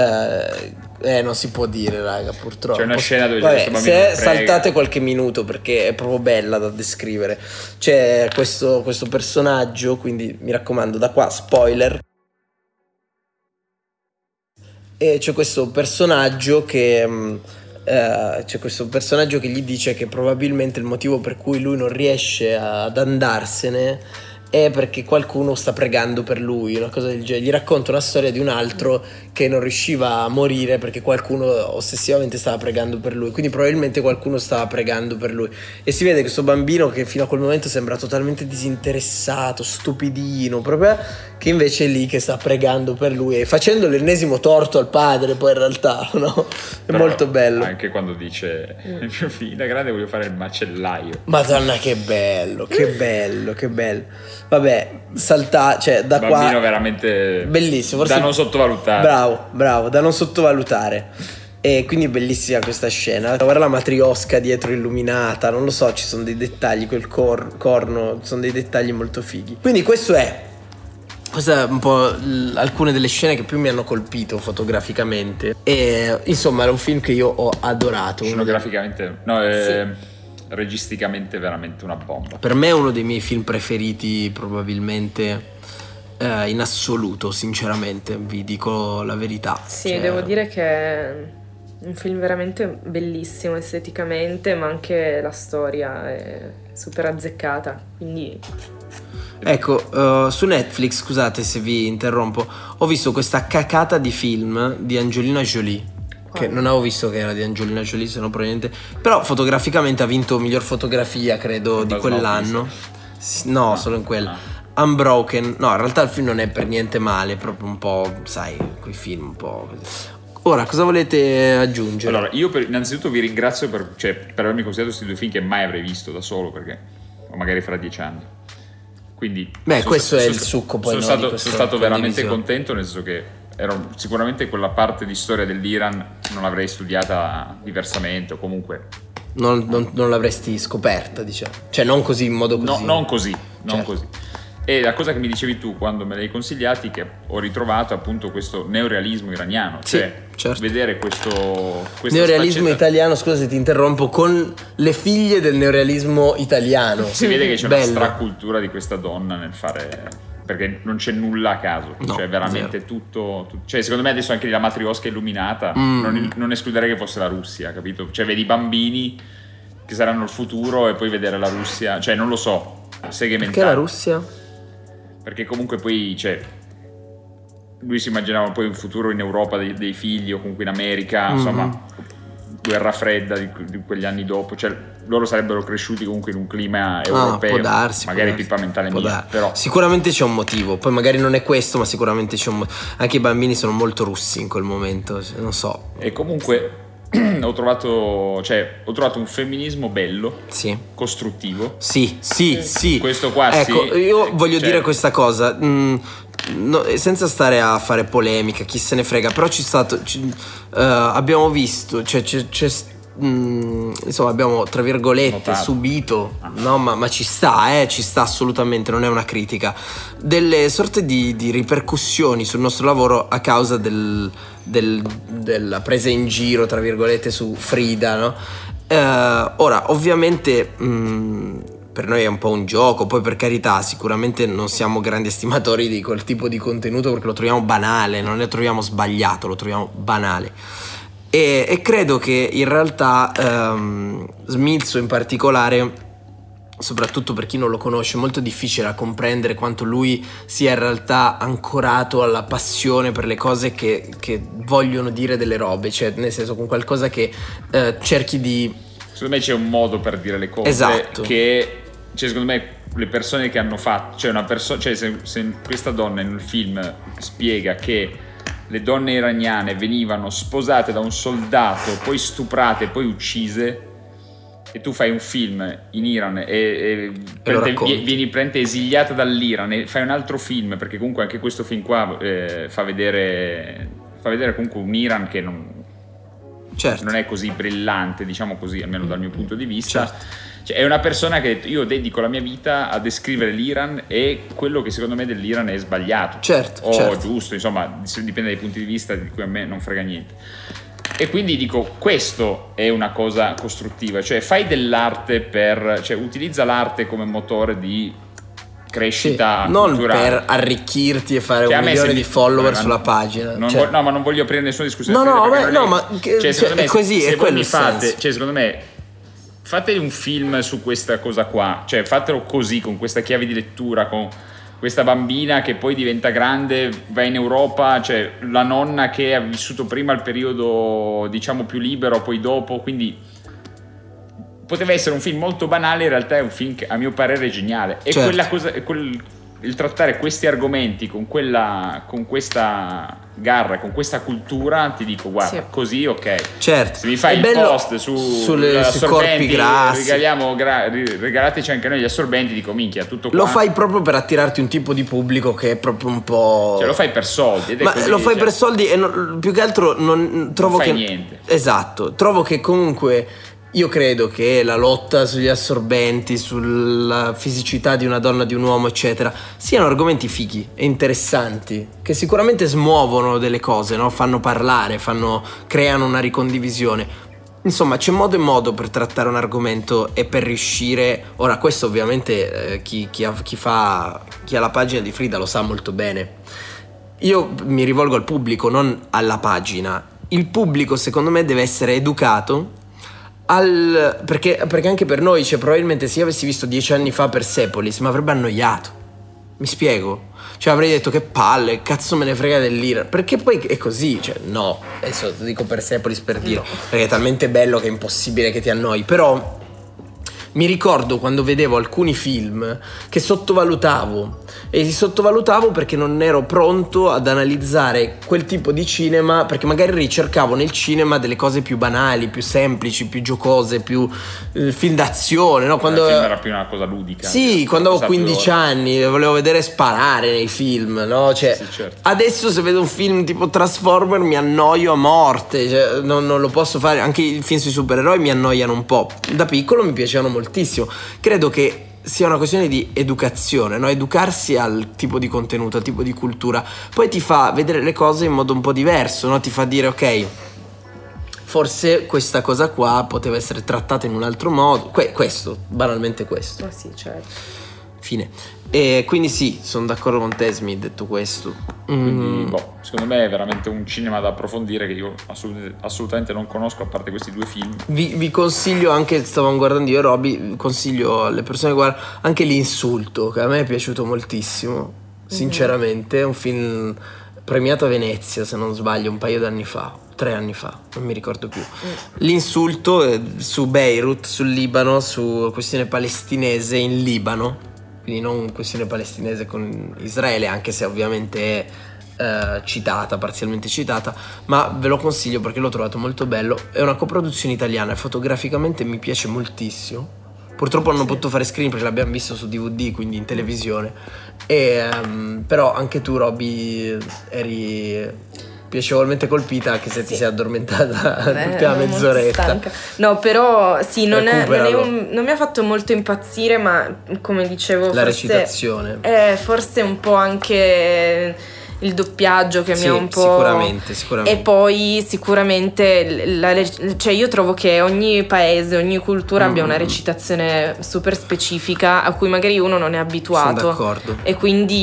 Eh, eh, non si può dire, raga, purtroppo. C'è una scena dove Vabbè, c'è questo bambino se saltate qualche minuto perché è proprio bella da descrivere. C'è questo, questo personaggio, quindi mi raccomando, da qua, spoiler. E c'è questo personaggio che uh, c'è questo personaggio che gli dice che probabilmente il motivo per cui lui non riesce ad andarsene è perché qualcuno sta pregando per lui, una cosa del genere. Gli racconta una storia di un altro che non riusciva a morire perché qualcuno ossessivamente stava pregando per lui, quindi probabilmente qualcuno stava pregando per lui. E si vede questo bambino che fino a quel momento sembra totalmente disinteressato, stupidino, proprio, che invece è lì che sta pregando per lui e facendo l'ennesimo torto al padre, poi in realtà, no? È però molto bello. Anche quando dice mio figlio da grande voglio fare il macellaio. Madonna, che bello, che bello, che bello. Vabbè, salta, cioè da bambino qua bambino veramente bellissimo, forse da non sottovalutare. Bravo, bravo, da non sottovalutare. E quindi bellissima questa scena. Guarda la matriosca dietro illuminata, non lo so, ci sono dei dettagli, quel cor- corno, sono dei dettagli molto fighi. Quindi questo è Queste è un po' l- alcune delle scene che più mi hanno colpito fotograficamente. E insomma era un film che io ho adorato. Scenograficamente, no, è sì. registicamente veramente una bomba. Per me è uno dei miei film preferiti probabilmente eh, in assoluto, sinceramente, vi dico la verità. Sì, cioè... devo dire che è un film veramente bellissimo esteticamente, ma anche la storia è super azzeccata, quindi... Ecco, uh, su Netflix, scusate se vi interrompo, ho visto questa cacata di film di Angelina Jolie, che non avevo visto che era di Angelina Jolie, se no probabilmente, però fotograficamente ha vinto miglior fotografia, credo, di quell'anno. No, no, solo in quella. No. Unbroken, no, in realtà il film non è per niente male, è proprio un po', sai, quei film un po'... Ora, cosa volete aggiungere? Allora, io per, innanzitutto vi ringrazio per, cioè, per avermi consigliato questi due film che mai avrei visto da solo, perché o magari fra dieci anni. Quindi beh, questo sono, è il succo poi sono no, stato, sono stato veramente contento, nel senso che ero, sicuramente quella parte di storia dell'Iran non l'avrei studiata diversamente o comunque non, non, non l'avresti scoperta, diciamo, cioè non così in modo così, no, non così non certo. così. E la cosa che mi dicevi tu quando me l'hai consigliati, che ho ritrovato appunto questo neorealismo iraniano, sì, cioè certo. vedere questo neorealismo sfaccetta... italiano, scusa se ti interrompo, con le figlie del neorealismo italiano. Si vede che c'è Bello. una stracultura di questa donna nel fare perché non c'è nulla a caso, no, cioè veramente zero. tutto, tutto cioè secondo me adesso anche la matriosca illuminata mm. non, non escluderei che fosse la Russia, capito? Cioè vedi i bambini che saranno il futuro e poi vedere la Russia, cioè non lo so, segmentare. Perché la Russia? Perché comunque poi, cioè, lui si immaginava poi un futuro in Europa dei, dei figli o comunque in America, mm-hmm. insomma, guerra fredda di, di quegli anni dopo, cioè loro sarebbero cresciuti comunque in un clima europeo, ah, può darsi, magari può pipa mentale può mia, darsi. Però sicuramente c'è un motivo, poi magari non è questo, ma sicuramente c'è un motivo. Anche i bambini sono molto russi in quel momento, non so. E comunque ho trovato, cioè, ho trovato un femminismo bello, sì. costruttivo. Sì, sì, sì. Questo qua ecco, sì. io voglio cioè, dire questa cosa, mm, no, senza stare a fare polemica, chi se ne frega, però ci stato, ci, uh, abbiamo visto, cioè c'è, c'è mm, insomma abbiamo tra virgolette Notato. subito, no, ma, ma ci sta, eh, ci sta assolutamente, non è una critica, delle sorte di, di ripercussioni sul nostro lavoro a causa del Del, della presa in giro tra virgolette su Frida, no? Eh, ora ovviamente mh, per noi è un po' un gioco, poi per carità sicuramente non siamo grandi estimatori di quel tipo di contenuto perché lo troviamo banale, non ne troviamo sbagliato, lo troviamo banale e, e credo che in realtà ehm, Smilzo in particolare, soprattutto per chi non lo conosce, è molto difficile da comprendere quanto lui sia in realtà ancorato alla passione per le cose che, che vogliono dire delle robe, cioè nel senso con qualcosa che eh, cerchi di... Secondo me c'è un modo per dire le cose, esatto. che, cioè secondo me le persone che hanno fatto, cioè una persona, cioè se, se questa donna in un film spiega che le donne iraniane venivano sposate da un soldato, poi stuprate, poi uccise, e tu fai un film in Iran e, e, e vieni, vieni prende esiliata dall'Iran e fai un altro film, perché comunque anche questo film qua eh, fa vedere fa vedere comunque un Iran che non, certo. non è così brillante, diciamo così, almeno dal mio punto di vista. Certo. Cioè, è una persona che ha detto: io dedico la mia vita a descrivere l'Iran e quello che secondo me dell'Iran è sbagliato, certo, o certo. giusto, insomma dipende dai punti di vista di cui a me non frega niente. E quindi dico, questo è una cosa costruttiva, cioè fai dell'arte per, cioè utilizza l'arte come motore di crescita sì, non culturale, per arricchirti e fare cioè, un milione di follower non, sulla pagina, non cioè. vo- no ma non voglio aprire nessuna discussione, no no, beh, no è, ma che, cioè, cioè, me, è così, se, è se quello mi il fate, senso. cioè secondo me fate un film su questa cosa qua, cioè fatelo così, con questa chiave di lettura, con questa bambina che poi diventa grande, va in Europa, cioè la nonna che ha vissuto prima il periodo diciamo più libero, poi dopo, quindi poteva essere un film molto banale, in realtà è un film che a mio parere è geniale, e certo. quella cosa, quel, il trattare questi argomenti con quella, con questa garra, con questa cultura, ti dico guarda, sì. così ok, certo. Se mi fai è il post su sulle, sui corpi grassi, regaliamo, gra, regalateci anche noi gli assorbenti, dico minchia, tutto qua. Lo fai proprio per attirarti un tipo di pubblico che è proprio un po', cioè lo fai per soldi ed è ma così, lo fai cioè, per soldi e non, più che altro non trovo non fai che niente. Esatto, trovo che comunque io credo che la lotta sugli assorbenti, sulla fisicità di una donna, di un uomo, eccetera, siano argomenti fighi e interessanti, che sicuramente smuovono delle cose, no? Fanno parlare, fanno, creano una ricondivisione. Insomma, c'è modo e modo per trattare un argomento e per riuscire. Ora, questo ovviamente eh, chi, chi, ha, chi fa chi ha la pagina di Frida lo sa molto bene. Io mi rivolgo al pubblico, non alla pagina. Il pubblico, secondo me, deve essere educato. Al, perché, perché anche per noi, cioè, probabilmente se io avessi visto dieci anni fa Persepolis mi avrebbe annoiato, mi spiego, cioè avrei detto che palle, cazzo me ne frega dell'Iran, perché poi è così, cioè no, adesso dico Persepolis per dire, no. Perché è talmente bello che è impossibile che ti annoi, però mi ricordo quando vedevo alcuni film che sottovalutavo, e li sottovalutavo perché non ero pronto ad analizzare quel tipo di cinema, perché magari ricercavo nel cinema delle cose più banali, più semplici, più giocose, più eh, film d'azione, no? Quando il film era più una cosa ludica. Sì, quando avevo quindici anni volevo vedere sparare nei film, no? Cioè, sì, certo. Adesso se vedo un film tipo Transformer mi annoio a morte, cioè, non, non lo posso fare, anche i film sui supereroi mi annoiano un po'. Da piccolo mi piacevano moltissimo, credo che sia una questione di educazione, no? Educarsi al tipo di contenuto, al tipo di cultura, poi ti fa vedere le cose in modo un po' diverso, no? Ti fa dire ok, forse questa cosa qua poteva essere trattata in un altro modo, que- questo, banalmente questo. Ma sì, certo. Fine. E quindi sì, sono d'accordo con te, Smith, detto questo. Quindi, Mm. boh, secondo me è veramente un cinema da approfondire che io assolut- assolutamente non conosco, a parte questi due film. Vi, vi consiglio anche, stavamo guardando io e Roby, consiglio alle persone che guardano anche L'Insulto, che a me è piaciuto moltissimo, sinceramente. È un film premiato a Venezia, se non sbaglio, un paio d'anni fa, tre anni fa, non mi ricordo più. L'Insulto è su Beirut, sul Libano, su questione palestinese in Libano, quindi non questione palestinese con Israele, anche se ovviamente è eh, citata, parzialmente citata, ma ve lo consiglio perché l'ho trovato molto bello. È una coproduzione italiana e fotograficamente mi piace moltissimo. Purtroppo non ho potuto fare screen perché l'abbiamo visto su D V D, quindi in televisione. E, ehm, però anche tu, Roby, eri piacevolmente colpita, anche se Sì. ti sei addormentata Eh, l'ultima ero molto mezz'oretta. stanca. No, però sì, non, è, non, è Recuperalo. un- non mi ha fatto molto impazzire, ma come dicevo, La forse, recitazione. eh, forse un po' anche il doppiaggio che Sì, mi ha un po'. sicuramente, sicuramente. E poi sicuramente la, la- cioè io trovo che ogni paese, ogni cultura Mm. abbia una recitazione super specifica a cui magari uno non è abituato. Sono d'accordo. E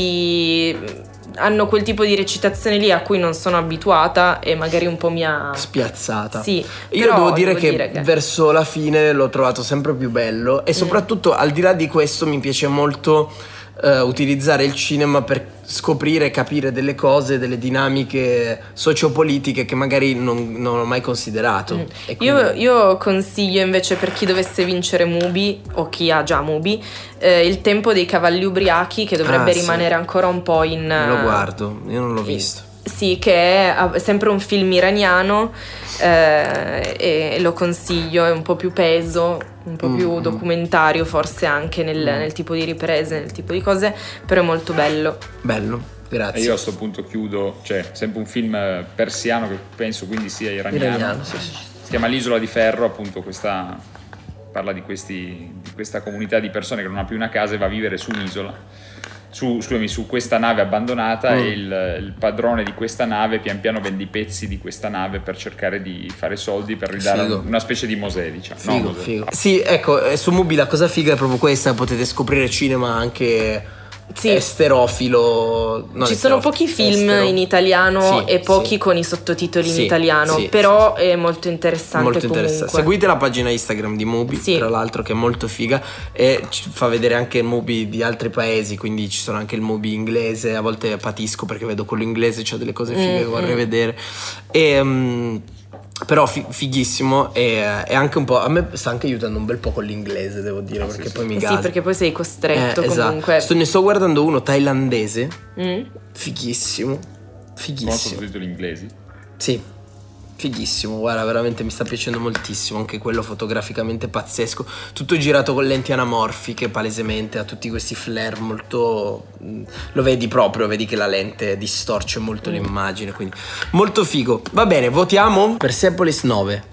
quindi hanno quel tipo di recitazione lì a cui non sono abituata e magari un po' mi ha Spiazzata. Sì, Io però devo dire, devo che, dire che- verso la fine l'ho trovato sempre più bello e soprattutto al di là di questo mi piace molto eh, utilizzare il cinema per scoprire e capire delle cose, delle dinamiche sociopolitiche che magari non, non ho mai considerato. E Io, quindi- io consiglio invece per chi dovesse vincere Mubi o chi ha già Mubi eh, Il tempo dei cavalli ubriachi, che dovrebbe Ah, sì. rimanere ancora un po' in... Me lo guardo, io non l'ho visto. Sì, che è ah, sempre un film iraniano eh, e lo consiglio, è un po' più peso, un po' più documentario forse anche nel, nel tipo di riprese, nel tipo di cose, però è molto bello. Bello, E grazie. io a sto punto chiudo, cioè sempre un film eh, persiano che penso quindi sia iraniano. Iraniano, sì, sì. Si chiama L'Isola di Ferro, appunto questa parla di, questi, di questa comunità di persone che non ha più una casa e va a vivere su un'isola. Su, scusami, su questa nave abbandonata Mm. e il, il padrone di questa nave pian piano vende i pezzi di questa nave per cercare di fare soldi per ridare Figo. un- una specie di Mosè, diciamo. No, Figo, Mosè. figo. Sì, ecco, eh, su Mubi la cosa figa è proprio questa, potete scoprire cinema anche Sì. esterofilo. non Ci sono esterofilo, pochi film estero. in italiano Sì, e pochi sì. con i sottotitoli Sì, in italiano, sì, però è molto interessante Molto comunque. interessante. Seguite la pagina Instagram di Mubi, Sì. tra l'altro, che è molto figa e ci fa vedere anche Mubi di altri paesi, quindi ci sono anche il Mubi inglese. A volte patisco perché vedo quello inglese, c'è delle cose fighe che vorrei vedere. E, mm, però fi- fighissimo e, e anche un po', a me sta anche aiutando un bel po' con l'inglese, devo dire, perché sì, poi mi Eh gasa. sì, perché poi sei costretto Eh, esatto. comunque. Sto- ne sto guardando uno thailandese, Mm? fighissimo, Con fighissimo. sottotitoli inglesi. Sì, fighissimo, guarda, veramente mi sta piacendo moltissimo, anche quello fotograficamente pazzesco, tutto girato con lenti anamorfiche, palesemente, ha tutti questi flare molto... mh, lo vedi proprio, vedi che la lente distorce molto l'immagine, quindi molto figo. Va bene, votiamo Persepolis nove.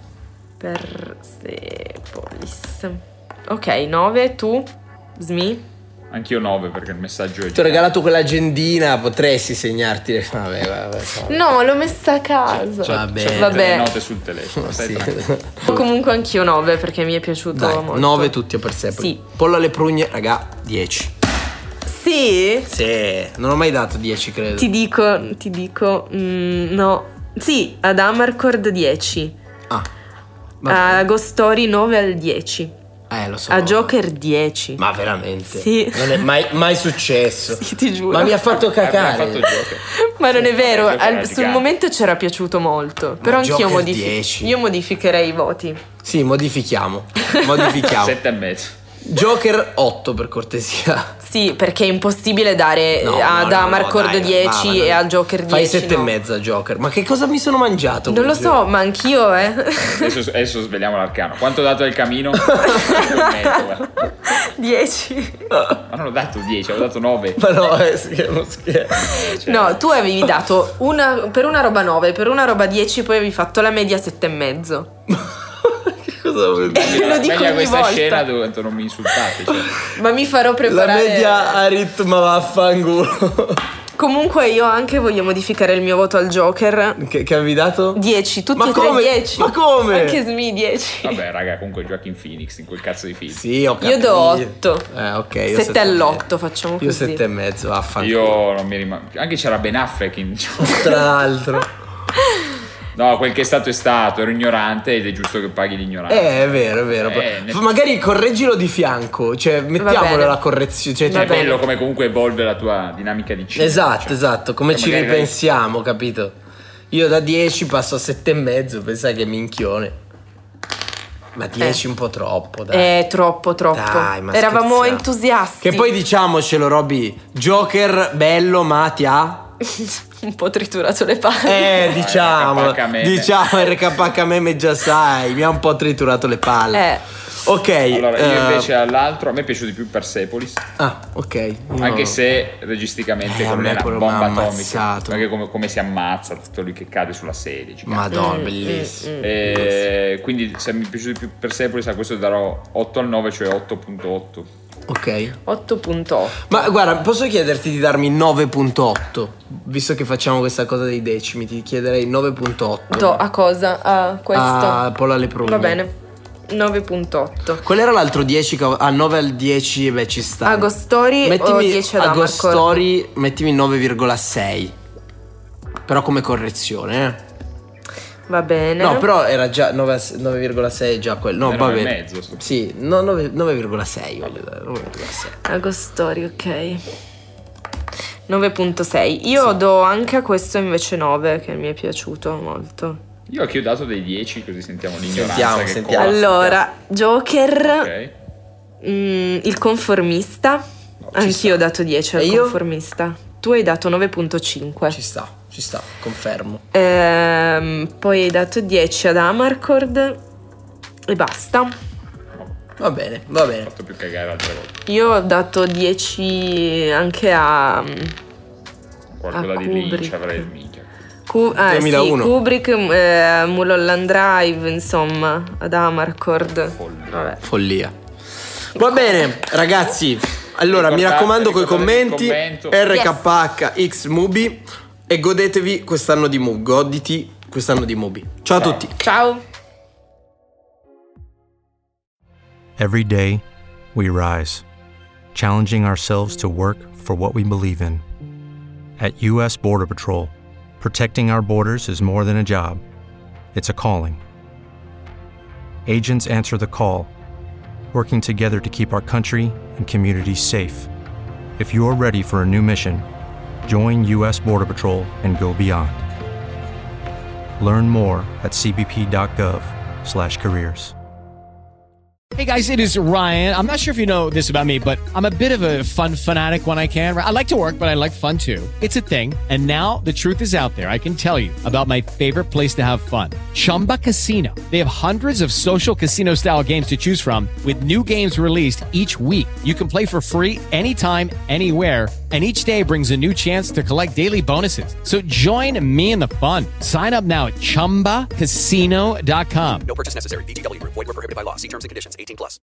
Persepolis. Ok, nove, tu? Smi? Anch'io nove perché il messaggio è Ti ho regalato quell'agendina, potresti segnarti le... Vabbè, vabbè, vabbè. No, l'ho messa a casa. C'ho- Vabbè. c'ho tutte Vabbè. le note sul telefono, stai Sì. tranquillo. Comunque anch'io nove perché mi è piaciuto Dai, molto. nove tutti a Persepolis. Sì. Pollo alle prugne, raga, dieci. Sì? Sì, non ho mai dato dieci, credo. Ti dico, ti dico, mm, no. Sì, ad Amarcord dieci. Ah, vabbè. A Ghost Story nove al dieci. Eh, lo so. A Joker dieci. Ma veramente? Sì. Non è mai, mai successo. Sì, ti giuro. Ma mi ha fatto Abbiamo cacare. fatto il Joker. Ma non è vero, Joker era al- sul gigante. momento c'era piaciuto molto. Però anch'io Joker modifi- dieci. io modificherei i voti. Sì, modifichiamo. Modifichiamo. Sette e mezzo. Joker otto per cortesia. Sì, perché è impossibile dare No, eh, ad no, no, Amarcord no, dai, dieci va, va, e no. a Joker dieci. Fai sette no. e mezzo a Joker. Ma che cosa mi sono mangiato? Non lo quel so, giorno? ma anch'io, eh. Adesso, adesso sveliamo l'arcano. Quanto ho dato al camino? Sette e mezzo, guarda. dieci. Ma non ho dato dieci, ho dato nove. Ma no, è uno scherzo. Cioè, No, tu avevi dato una, per una roba nove, per una roba dieci, poi avevi fatto la media sette e mezzo. Che cosa vuol dire? Lo dico meglio a ogni questa volta. scena dove non mi insultate. Cioè. Ma mi farò La preparare. media a ritmo vaffanculo. Comunque io anche voglio modificare il mio voto al Joker. Che, che avevi dato? dieci, tutti Ma e tre come? dieci. Ma come? Anche Smi dieci. Vabbè, raga, comunque Joaquin Phoenix in quel cazzo di film. Sì, ho capito. Io do otto. Eh, ok. Io sette all'otto facciamo così. Io sette e mezzo, vaffanculo. Io non mi rimango. Anche c'era Ben Affleck in Tra l'altro. No, quel che è stato è stato, ero ignorante ed è giusto che paghi l'ignoranza. Eh, è vero, è vero. Eh, ne- Magari correggilo di fianco, cioè mettiamolo bene. la correzione. Cioè, Va È tipo- bene. bello come comunque evolve la tua dinamica di cinema. Esatto, cioè. esatto, come Cioè, ci magari- ripensiamo, capito? Io da dieci passo a sette e mezzo, pensai che minchione. Ma dieci un po' troppo, dai. Eh, troppo, troppo. Dai, ma Eravamo scherziamo. entusiasti. Che poi diciamocelo, Robby, Joker bello, ma ti ha? Un po' triturato le palle. Eh, diciamo, R K H meme. diciamo R K H meme già sai, mi ha un po' triturato le palle. Eh. Ok. Allora, io eh, invece all'altro, a me è piaciuto di più Persepolis. Ah, ok. Io- Anche se registicamente Eh, a quello me è una quello mi ha bomba atomica. ammazzato. Perché come, come si ammazza tutto lui che cade sulla sedia. gigante. Madonna, Mm, bellissimo. E quindi se mi è piaciuto di più Persepolis, a questo darò otto al nove, cioè otto virgola otto. Ok. otto virgola otto. Ma guarda, posso chiederti di darmi nove virgola otto? Visto che facciamo questa cosa dei decimi, ti chiederei nove virgola otto. Do a cosa? A questo. A Paolo alle Prugne. Va bene. nove virgola otto. Qual era l'altro dieci? che- Ah, nove al dieci, beh, ci sta. Agostori o dieci ad Amarcord? Agostori, mettimi nove virgola sei. Però come correzione, eh. Va bene. No, però era già nove virgola sei è già quello. No, Era va nove e bene. mezzo, sto- Sì, no, nove virgola sei. voglio dare, nove virgola sei. Agostori, ok. nove virgola sei. Io do anche a questo invece nove, che mi è piaciuto molto. Io ho chiudato dei dieci, così sentiamo l'ignoranza Sentiamo, che sentiamo. costa. Allora, Joker, Ok. mm, il conformista. Anch'io ho dato dieci al E io? conformista. Tu hai dato nove virgola cinque. Ci sta, ci sta, confermo. Ehm, poi hai dato dieci ad Amarcord e basta. Va bene, va Ho bene. fatto più cagare altre volte. Io ho dato dieci anche a Qualcosa A di Kubrick. Lynch avrei il minchia. Ku- ah, sì, duemilauno. Kubrick, eh, Mulholland Drive, insomma, ad Amarcord. Follia. Vabbè. Follia. Va bene, ragazzi. Allora, mi Ricordate- raccomando coi ricordate il commenti commento. R K H X Mubi e godetevi quest'anno di Mubi. Goditi quest'anno di Mubi. Ciao a Ciao. tutti. Ciao. Every day, we rise, challenging ourselves to work for what we believe in. At U S Border Patrol, protecting our borders is more than a job, it's a calling. Agents answer the call, working together to keep our country and communities safe. If you're ready for a new mission, join U S Border Patrol and go beyond. Learn more at c b p dot gov slash careers. Hey guys, it is Ryan. I'm not sure if you know this about me, but I'm a bit of a fun fanatic when I can. I like to work, but I like fun too. It's a thing. And now the truth is out there. I can tell you about my favorite place to have fun. Chumba Casino. They have hundreds of social casino style games to choose from with new games released each week. You can play for free anytime, anywhere. And each day brings a new chance to collect daily bonuses. So join me in the fun. Sign up now at chumba casino dot com. No purchase necessary. V G W Group. Void where prohibited by law. See terms and conditions. eighteen plus.